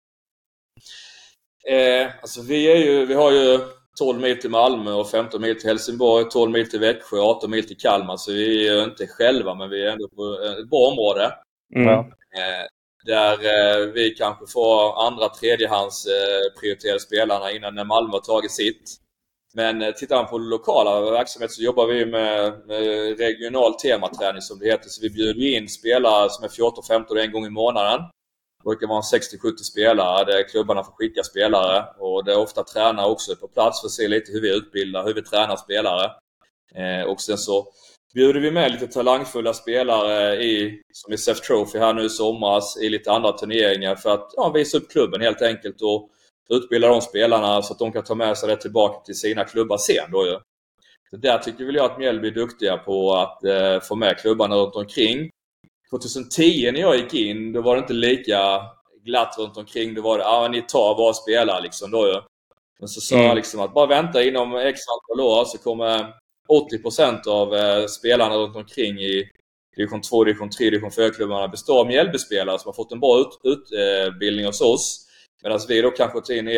Alltså vi har ju 12 mil till Malmö och 15 mil till Helsingborg, 12 mil till Växjö, 18 mil till Kalmar, så vi är ju inte själva, men vi är ändå på ett bra område. där vi kanske får andra tredjehands prioriterade spelarna innan när Malmö har tagit sitt. Men tittar man på lokala verksamhet så jobbar vi med regional tematräning som det heter. Så vi bjuder in spelare som är 14-15 en gång i månaden. Det brukar vara 60-70 spelare där klubbarna får skicka spelare. Och det är ofta tränare också på plats för att se lite hur vi utbildar, hur vi tränar spelare. Och sen så bjuder vi med lite talangfulla spelare som i SEF Trophy här nu i somras, i lite andra turneringar för att visa upp klubben helt enkelt och utbilda de spelarna så att de kan ta med sig det tillbaka till sina klubbar sen då ju. Så där tycker jag att Mjällby är duktiga på att få med klubbarna runt omkring. 2010 när jag gick in, då var det inte lika glatt runt omkring. Då var det, ni tar bara spelare liksom då ju. Men så sa jag liksom att bara vänta inom x antal år så kommer 80% av spelarna runt omkring i division 2, division 3, division 4-klubbarna består av Mjällby-spelare som har fått en bra utbildning hos oss. Medan vi då kanske tar in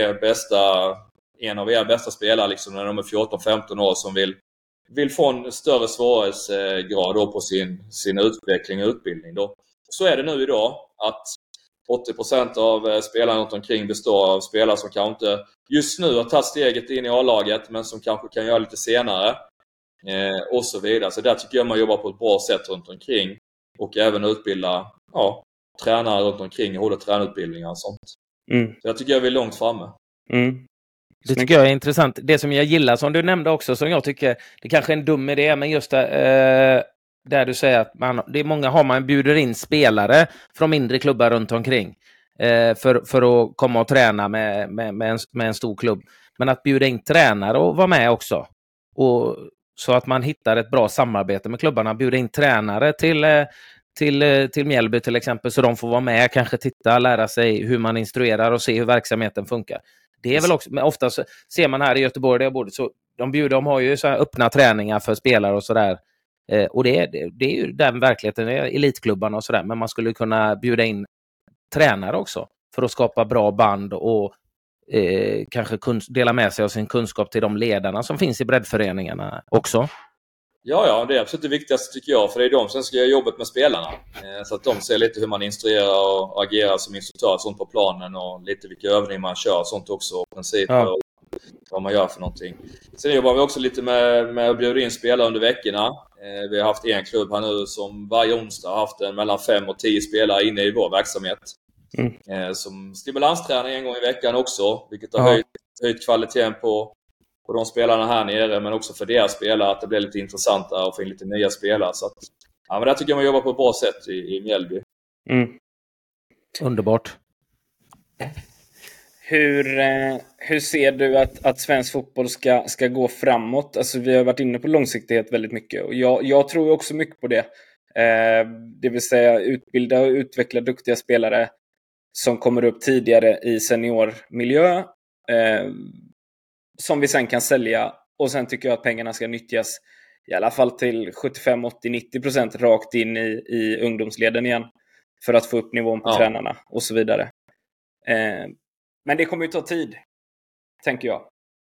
en av er bästa spelare liksom, när de är 14-15 år som vill få en större svårighetsgrad då på sin utveckling och utbildning. Då. Så är det nu idag att 80% av spelarna runt omkring består av spelare som kanske inte just nu har tagit steget in i A-laget men som kanske kan göra lite senare. Och så vidare. Så där tycker jag man jobbar på ett bra sätt runt omkring. Och även utbilda tränare runt omkring och hålla tränarutbildningar och sånt. Så jag tycker vi är långt framme.
Det tycker jag är intressant. Det som jag gillar som du nämnde också, som jag tycker det kanske är en dum idé, men just där du säger att det är många man bjuder in spelare från mindre klubbar runt omkring för att komma och träna med en stor klubb. Men att bjuda in tränare och vara med också. Och så att man hittar ett bra samarbete med klubbarna. Bjuda in tränare till Mjällby till exempel, så de får vara med, kanske titta, lära sig hur man instruerar och se hur verksamheten funkar. Det är väl också, men ofta ser man här i Göteborg där jag bor, så de har ju så här öppna träningar för spelare och sådär. Och det är ju den verkligheten, elitklubbarna och sådär. Men man skulle kunna bjuda in tränare också för att skapa bra band och kanske dela med sig av sin kunskap till de ledarna som finns i breddföreningarna också.
Ja, det är absolut det viktigaste tycker jag. För det är de som ska göra jobbet med spelarna. Så att de ser lite hur man instruerar och agerar som instruktör sånt på planen. Och lite vilka övningar man kör sånt också. Principer och vad man gör för någonting. Sen jobbar vi också lite med att bjuda in spelare under veckorna. Vi har haft en klubb här nu som varje onsdag har haft mellan 5 och 10 spelare inne i vår verksamhet. Som stimulansträning en gång i veckan också. Vilket har höjt kvaliteten på de spelarna här nere, men också för deras spelare att det blir lite intressantare och få in lite nya spelare. Så att, men där tycker jag man jobbar på ett bra sätt i Mjällby.
Underbart.
Hur ser du att svensk fotboll ska gå framåt? Alltså, vi har varit inne på långsiktighet väldigt mycket. Och jag tror också mycket på det. Det vill säga utbilda och utveckla duktiga spelare som kommer upp tidigare i seniormiljö. Som vi sen kan sälja. Och sen tycker jag att pengarna ska nyttjas i alla fall till 75, 80, 90% rakt in i ungdomsleden igen. För att få upp nivån på tränarna och så vidare. Men det kommer ju ta tid, tänker jag.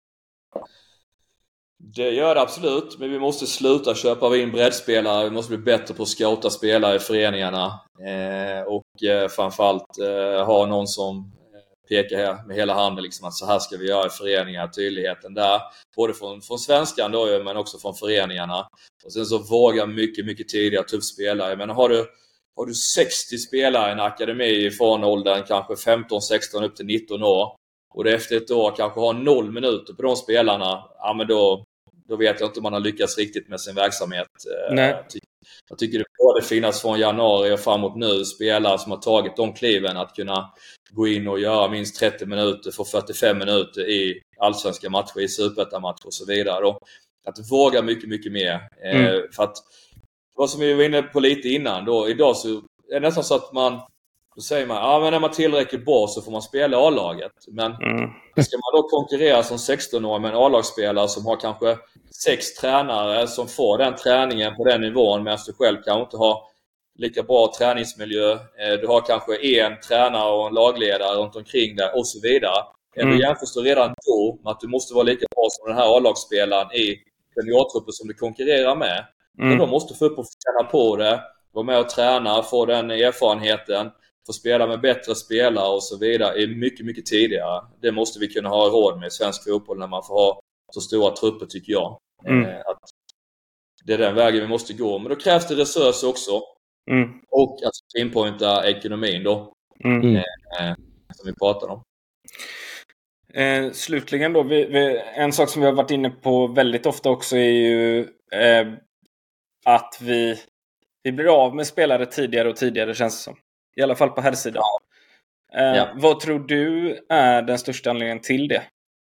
Det gör det absolut, men vi måste sluta köpa in breddspelare. Vi måste bli bättre på att scouta spelare i föreningarna. Och framförallt ha någon som pekar här med hela handen liksom, att så här ska vi göra i föreningar, tydligheten där. Både från svenskan då, men också från föreningarna. Och sen så våga mycket, mycket tidigare ta upp spelare. Men har du 60 spelare i en akademi från åldern kanske 15-16 upp till 19 år och det efter ett år kanske har 0 minuter på de spelarna, men då vet jag inte om man har lyckats riktigt med sin verksamhet. Jag tycker det borde finnas från januari och framåt nu spelare som har tagit de kliven att kunna gå in och göra minst 30 minuter för 45 minuter i allsvenska matcher, i superettan-matcher och så vidare. Då. Att våga mycket, mycket mer. För att vad som vi var inne på lite innan då, idag så är det nästan så att då säger man, men när man tillräckligt bra så får man spela A-laget. Men ska man då konkurrera som 16-åring med en A-lagsspelare som har kanske 6 tränare som får den träningen på den nivån, medan du själv kanske inte har lika bra träningsmiljö. Du har kanske en tränare och en lagledare runt omkring där och så vidare. Du jämförs du redan då med att du måste vara lika bra som den här A-lagsspelaren i seniortruppen som du konkurrerar med. Men då måste du få upp och känna på det, vara med och träna, få den erfarenheten. få spela med bättre spelare och så vidare är mycket, mycket tidigare. Det måste vi kunna ha råd med i svensk fotboll när man får ha så stora trupper, tycker jag. Att det är den vägen vi måste gå. Men då krävs det resurser också. Och att pinpointa ekonomin då. Som vi pratade om.
Slutligen då, en sak som vi har varit inne på väldigt ofta också är ju att vi blir av med spelare tidigare och tidigare, känns det som. I alla fall på här sidan. Vad tror du är den största anledningen till det?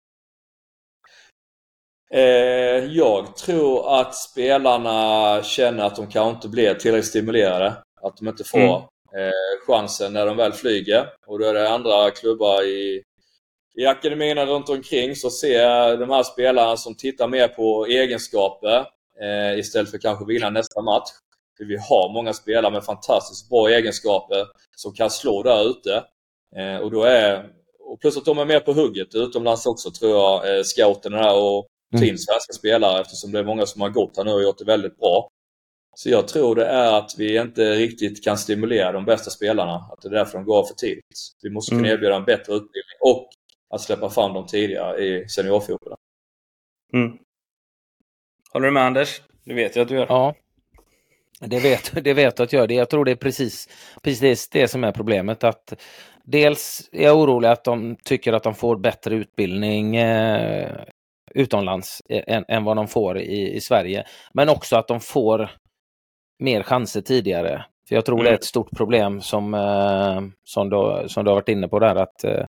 Jag tror att spelarna känner att de kanske inte blir tillräckligt stimulerade. Att de inte får chansen när de väl flyger. Och då är det andra klubbar i akademierna runt omkring, så ser de här spelarna som tittar mer på egenskaper istället för kanske vinna nästa match. För vi har många spelare med fantastiskt bra egenskaper som kan slå där ute. Och plus att de är mer på hugget utomlands också, tror jag, scouten där och in svenska spelare, eftersom det är många som har gått här nu och gjort det väldigt bra. Så jag tror det är att vi inte riktigt kan stimulera de bästa spelarna. Att det är därför de går för tidigt. Vi måste kunna erbjuda en bättre utbildning och att släppa fram dem tidigare i seniorfotbollen.
Håller du med, Anders? Det vet jag att du gör.
Ja, det vet att jag gör det. Jag tror det är precis det som är problemet. Att dels är jag orolig att de tycker att de får bättre utbildning utomlands än vad de får i Sverige. Men också att de får mer chanser tidigare. För jag tror det är ett stort problem som du har varit inne på där,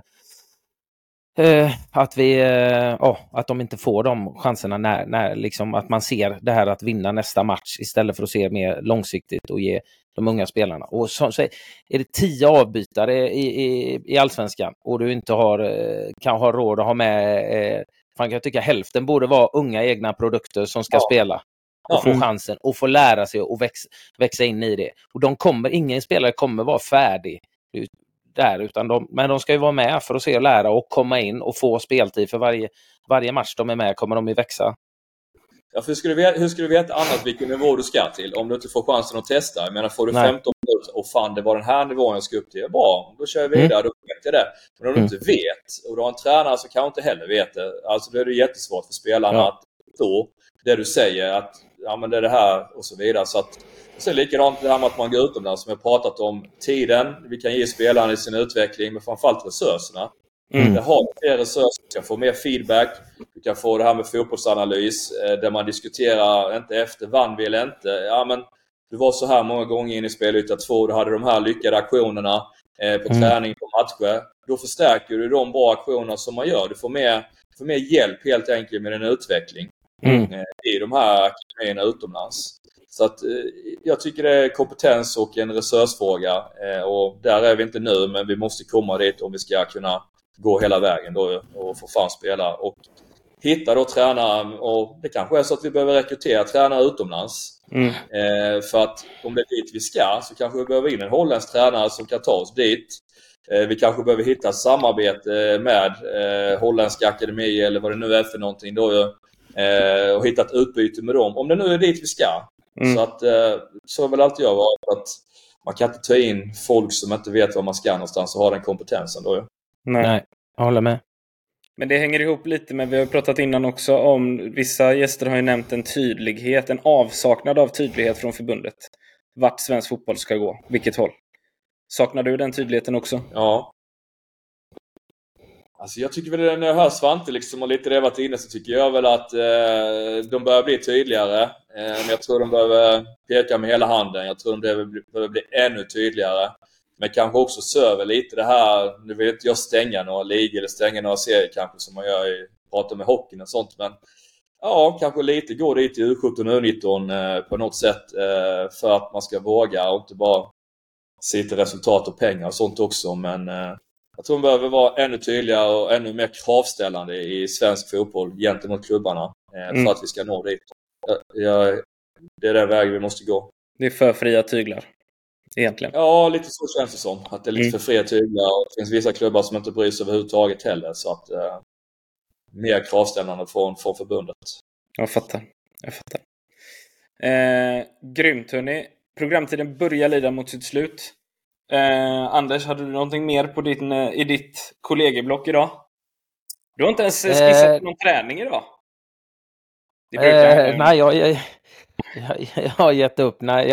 att de inte får de chanserna när liksom att man ser det här att vinna nästa match istället för att se mer långsiktigt och ge de unga spelarna. Och så är det 10 avbytare i Allsvenskan och du inte kan ha råd att ha med jag tycker hälften borde vara unga egna produkter som ska spela och få chansen och få lära sig och växa in i det. Och ingen spelare kommer vara färdig där, men de ska ju vara med för att se och lära och komma in och få speltid för varje match de är med, kommer de ju växa.
Ja, för hur ska du veta annat vilken nivå du ska till om du inte får chansen att testa? Jag menar, får du 15 minuter och fan, det var den här nivån jag ska upp till. Bra, då kör jag vidare, då vet jag det. Men om du inte vet, och du har en tränare så kan inte heller veta. Alltså då är det jättesvårt för spelarna att förstå det du säger, att ja, men det är det här och så vidare. Så att det är likadant det här med att man går utomlands, som jag pratat om, tiden vi kan ge spelarna i sin utveckling, men framförallt resurserna. Det har fler resurser, du kan få mer feedback, du kan få det här med fotbollsanalys där man diskuterar inte efter vann vi eller inte. Ja, men du var så här många gånger in i spelyta 2, du hade de här lyckade aktionerna på träning, på matcher. Då förstärker du de bra aktionerna som man gör. Du får mer hjälp helt enkelt med din utveckling i de här akademierna utomlands. Så att jag tycker det är kompetens och en resursfråga, och där är vi inte nu, men vi måste komma dit om vi ska kunna gå hela vägen då och få fram spelare och hitta då tränare. Och det kanske är så att vi behöver rekrytera tränare utomlands. För att om det är dit vi ska, så kanske vi behöver in en holländsk tränare som kan ta oss dit. Vi kanske behöver hitta ett samarbete med holländska akademi eller vad det nu är för någonting då, och hitta ett utbyte med dem, om det nu är dit vi ska. Så att så är väl alltid jag varit, att man kan inte ta in folk som inte vet var man ska någonstans och ha den kompetensen då.
Nej, jag håller med.
Men det hänger ihop lite med, vi har pratat innan också om, vissa gäster har ju nämnt en avsaknad av tydlighet från förbundet. Vart svensk fotboll ska gå, vilket håll. Saknar du den tydligheten också?
Ja. Alltså jag tycker väl, när jag hör Svante liksom och lite det varit inne, så tycker jag väl att de börjar bli tydligare. Men jag tror de behöver peka med hela handen. Jag tror de behöver bli ännu tydligare. Men kanske också söver lite det här, nu vill inte jag stänga några ligor eller stänga några serier kanske som man gör pratar med hockeyn och sånt, men ja, kanske lite gå dit i U17 och U19 på något sätt för att man ska våga och inte bara se till resultat och pengar och sånt också. Men jag tror de behöver vara ännu tydligare och ännu mer kravställande i svensk fotboll gentemot klubbarna för att vi ska nå dit. Det är den vägen vi måste gå.
Det är för fria tyglar egentligen.
Ja, lite så känns det som. Att det är lite för fria tyglar. Det finns vissa klubbar som inte bryr sig överhuvudtaget heller. Så att mer kravställande från förbundet.
Jag fattar. Grymt hörni. Programtiden börjar lida mot sitt slut. Anders, hade du någonting mer på i ditt kollegieblock idag? Du har inte ens skissat på någon träning idag. Det brukar
nej, jag har gett upp. Nej,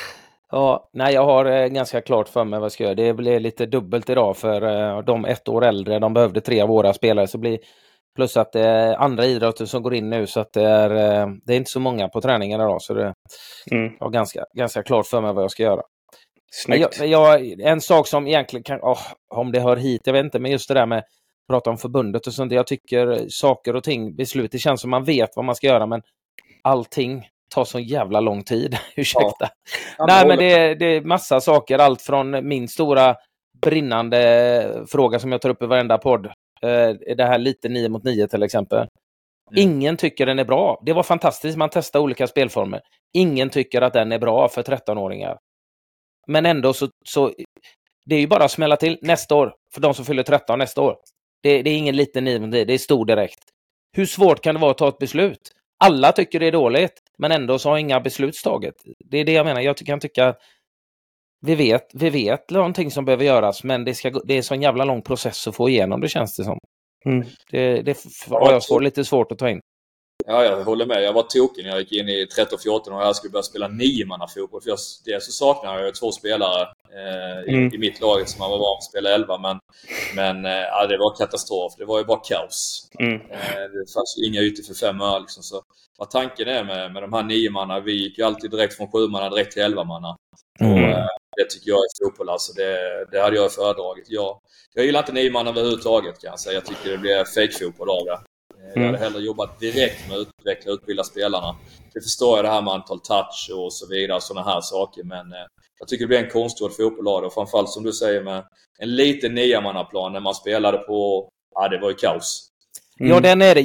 jag har ganska klart för mig vad jag ska göra. Det blir lite dubbelt idag för de 1 år äldre. De behövde 3 av våra spelare. Så blir plus att det är andra idrotter som går in nu. Så att det är inte så många på träningen idag. Så jag har ganska klart för mig vad jag ska göra.
Snyggt.
En sak som egentligen kan, om det hör hit, jag vet inte, men just det där med att prata om förbundet och sånt. Jag tycker saker och ting, beslut, det känns som man vet vad man ska göra, men allting tar så jävla lång tid. Ursäkta.
Ja,
Nej, men det är massa saker. Allt från min stora brinnande fråga som jag tar upp i varenda podd. Det här lite 9 mot 9 till exempel. Ingen tycker den är bra. Det var fantastiskt. Man testar olika spelformer. Ingen tycker att den är bra för 13-åringar. Men ändå så det är ju bara att smälla till nästa år. För de som fyller 13 nästa år. Det är ingen liten 9 mot 9. Det är stor direkt. Hur svårt kan det vara att ta ett beslut? Alla tycker det är dåligt. Men ändå så har inga beslut tagit. Det är det jag menar. Jag kan tycka vi vet någonting som behöver göras. Men det är en sån jävla lång process att få igenom, det känns det som. Det har jag lite svårt att ta in.
Ja, jag håller med. Jag var tokig när jag gick in i 13-14 och jag skulle börja spela 9-manna-fotboll. För dels så saknar jag 2 spelare i mitt lag som man var van att spela 11. Men det var katastrof. Det var ju bara kaos. Det fanns inga ytor för 5 öl. Liksom. Så vad tanken är med de här 9-manna, vi gick ju alltid direkt från 7-manna direkt till 11-manna. Och det tycker jag är fotboll. Alltså det hade jag föredragit. Jag gillar inte 9-manna överhuvudtaget, kan jag säga. Jag tycker det blir fake-fotboll av det. Jag hade hellre jobbat direkt med att utveckla och utbilda spelarna. Det förstår jag det här med antal touch och så vidare, sådana här saker. Men jag tycker det blir en konstgjord fotboll av det. Och framförallt som du säger med en liten 9-mannaplan när man spelade på... Ja, det var ju kaos.
Ja, den är det.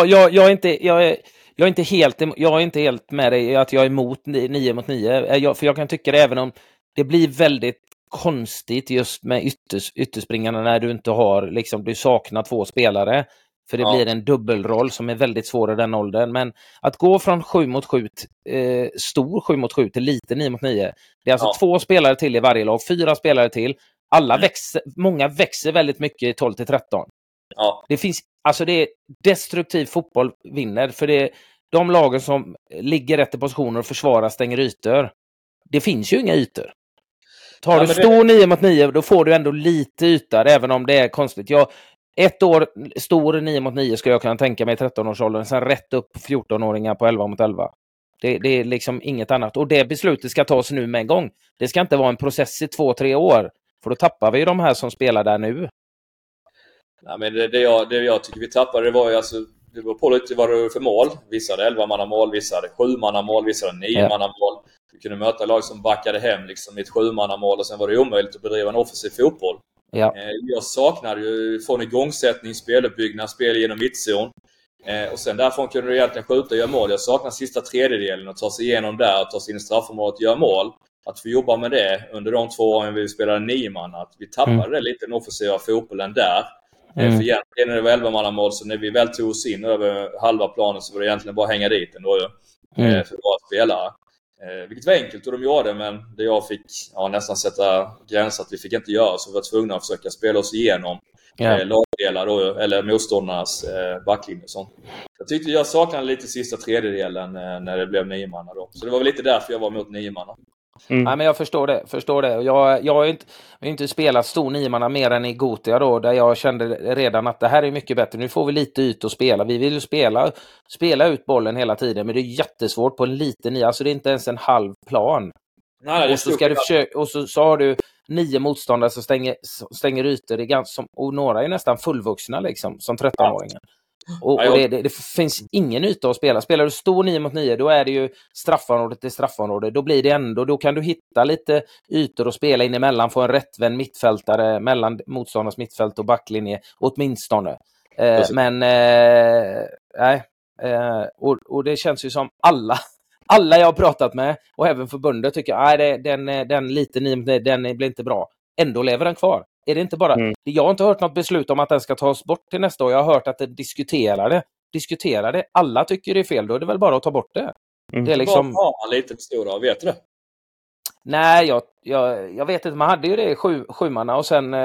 Jag är inte helt med dig att jag är emot 9 mot 9. För jag kan tycka det, även om det blir väldigt konstigt just med ytterspringarna när du inte har, liksom, du saknar 2 spelare. För det blir en dubbelroll som är väldigt svår i den åldern. Men att gå från 7 mot 7, stor 7 mot 7 till liten 9 mot 9. Det är alltså 2 spelare till i varje lag, 4 spelare till. Många växer väldigt mycket i 12 till 13. Ja. Det finns, alltså det är destruktiv fotboll vinner. För det är de lagen som ligger rätt i positioner och försvarar, stänger ytor. Det finns ju inga ytor. Tar du stor 9 mot 9, då får du ändå lite ytor, även om det är konstigt. 1 år stor 9 mot 9 ska jag kunna tänka mig i 13-årsåldern. Sen rätt upp 14-åringar på 11 mot 11. Det är liksom inget annat. Och det beslutet ska tas nu med en gång. Det ska inte vara en process i 2-3 år. För då tappar vi ju de här som spelar där nu.
Nej, men det jag tycker vi tappade, det var ju alltså... Det var på lite vad det var för mål. Vissa hade 11-mannamål, vissa hade 7-mannamål, vissa hade 9-mannamål. Vi kunde möta lag som backade hem liksom, i ett 7-mannamål och sen var det omöjligt att bedriva en offensiv fotboll. Ja. Jag saknade ju från igångsättning, speluppbyggnad, spel genom mittzon. Och sen därifrån kunde du egentligen skjuta och göra mål. Jag saknar sista tredjedelen att ta sig igenom där och ta sig in i straffområdet och göra mål. Att vi jobbar med det under de 2 åren vi spelade 9-man. Att vi tappade det lite, den offensiva fotbollen där. För egentligen när det var 11-mannamål, så när vi väl tog oss in över halva planen så var det egentligen bara hänga dit ändå för våra spelare. Vilket var enkelt och de gjorde, men det jag fick nästan sätta gränser att vi fick inte göra, så vi var tvungna att försöka spela oss igenom lagdelar då, eller motståndarnas backlinje och sånt. Jag tyckte jag saknade lite sista tredjedelen när det blev 9-manna då. Så det var väl lite därför jag var mot 9-manna.
Nej, men jag förstår det. Jag har inte spelat stor 9-manna mer än i Gotia då, där jag kände redan att det här är mycket bättre. Nu får vi lite ut att spela. Vi vill ju spela ut bollen hela tiden, men det är jättesvårt på en liten 9. Alltså det är inte ens en halv plan. Nej, och så ska du försöka, och så har du 9 motståndare som stänger ytor. Det är ganska, och några är nästan fullvuxna liksom, som 13-åringar. Och det finns ingen yta att spela. Spelar du stor 9 mot 9, då är det ju straffområdet till straffområde. Då blir det ändå, då kan du hitta lite ytor att spela in emellan, få en rättvänd mittfältare mellan motståndarnas mittfält och backlinje åtminstone. Och det känns ju som alla jag har pratat med och även förbundet tycker den lite 9 mot 9, den blir inte bra. Ändå lever den kvar. Är det inte bara... Jag har inte hört något beslut om att den ska tas bort till nästa år. Jag har hört att det diskuterar det. Alla tycker det är fel. Då är det väl bara att ta bort det. Det är liksom...
Vad har man lite består av, vet du det?
Nej, jag vet inte. Man hade ju det i 7-manna och sen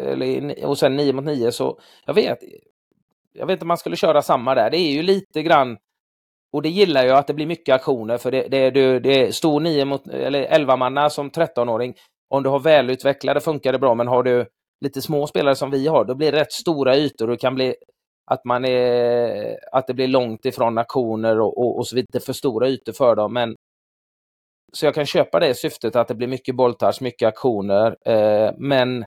9 mot 9. Så jag vet inte om man skulle köra samma där. Det är ju lite grann, och det gillar jag, att det blir mycket aktioner. För det är stor 9 mot, eller 11-manna som 13-åring. Om du har välutvecklade funkar det bra, men har du lite små spelare som vi har, då blir det rätt stora ytor. Det kan bli att det blir långt ifrån aktioner och så vidare, för stora ytor för dem. Men så jag kan köpa det syftet att det blir mycket bolltouch, mycket aktioner. Men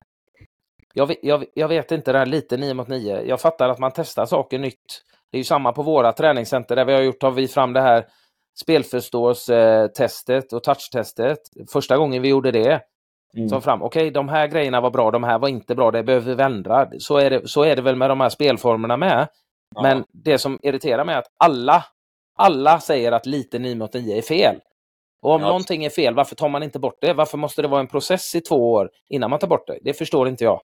jag vet inte, det här lite 9 mot 9. Jag fattar att man testar saker nytt. Det är ju samma på våra träningscenter där vi har vi fram det här spelförståelsetestet och touchtestet. Första gången vi gjorde det, som fram, okej, de här grejerna var bra, de här var inte bra, det behöver vi ändra. Så är det väl med de här spelformerna med. Ja. Men det som irriterar mig är att alla säger att lite 9 mot 9 är fel. Och om någonting är fel, varför tar man inte bort det? Varför måste det vara en process i 2 år innan man tar bort det? Det förstår inte jag.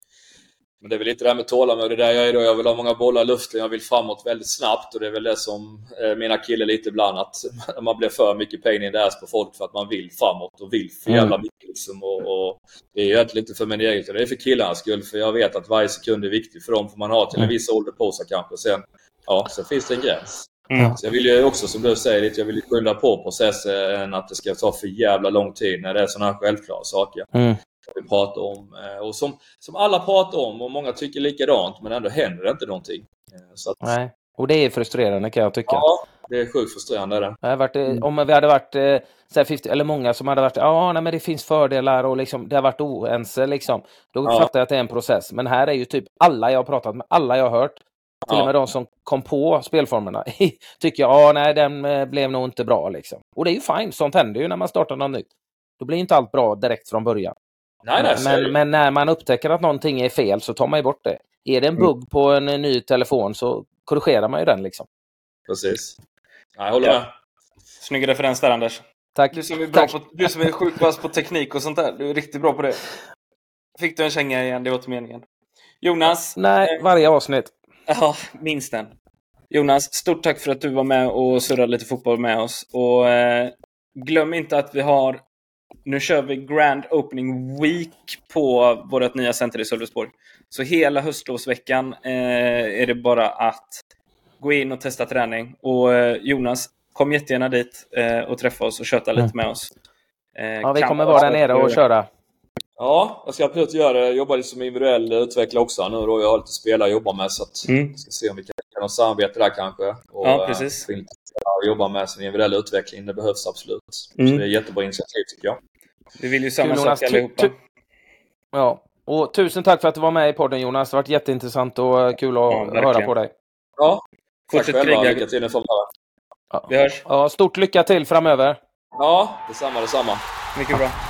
Men det är väl lite det här med tålamod. Det där jag är då. Jag vill ha många bollar i luften. Jag vill framåt väldigt snabbt. Och det är väl det som mina killar lite ibland. Att man blir för mycket pain in the ass på folk för att man vill framåt och vill för jävla mycket. Liksom. Och det är egentligen inte för min egen. Det är för killarnas skull. För jag vet att varje sekund är viktig för dem. För man har till en viss ålder på sig kanske. Sen finns det en gräns. Så jag vill ju också, som du säger, jag vill ju skynda på processen än att det ska ta för jävla lång tid när det är sådana här självklara saker. Vi pratar om, och som alla pratar om och många tycker likadant, men ändå händer det inte någonting. Så att,
nej, och det är frustrerande kan jag tycka.
Ja, det är sjukt frustrerande det.
Om vi hade varit eller många som hade varit men det finns fördelar och liksom, det har varit oense liksom, då fattar jag att det är en process. Men här är ju typ alla jag har pratat med, alla jag har hört, till och med de som kom på spelformerna tycker jag, nej, den blev nog inte bra liksom. Och det är ju fint, sånt händer ju när man startar något nytt. Då blir inte allt bra direkt från början. Men när man upptäcker att någonting är fel så tar man ju bort det. Är det en bugg på en ny telefon så korrigerar man ju den liksom.
Precis. Jag håller med.
Snygg referens där, Anders.
Tack.
Du som är sjukt vass på teknik och sånt där. Du är riktigt bra på det. Fick du en känga igen? Det var till meningen. Jonas?
Nej, varje avsnitt.
Ja, minst en. Jonas, stort tack för att du var med och surrade lite fotboll med oss. Och glöm inte att nu kör vi Grand Opening Week på vårt nya center i Sölvesborg. Så hela höstlovsveckan är det bara att gå in och testa träning. Och Jonas, kom jättegärna dit och träffa oss och köta lite med oss.
Vi kommer vara där nere och köra.
Ja, jag ska absolut göra det. Jag jobbar som individuell utvecklare också nu då. Jag har lite spelare att jobba med, så att ska se om vi kan samarbeta där kanske. Och,
precis.
Jobba med sin individuella utveckling, det behövs absolut. Så det är jättebra initiativ tycker jag.
Vi vill ju samma sak allihopa.
Ja, och tusen tack för att du var med i podden, Jonas. Det har varit jätteintressant och kul att höra på dig.
Ja,
fortsätt kriga.
Lycka till
Vi hörs.
Ja, stort lycka till framöver.
Ja, detsamma.
Mycket bra.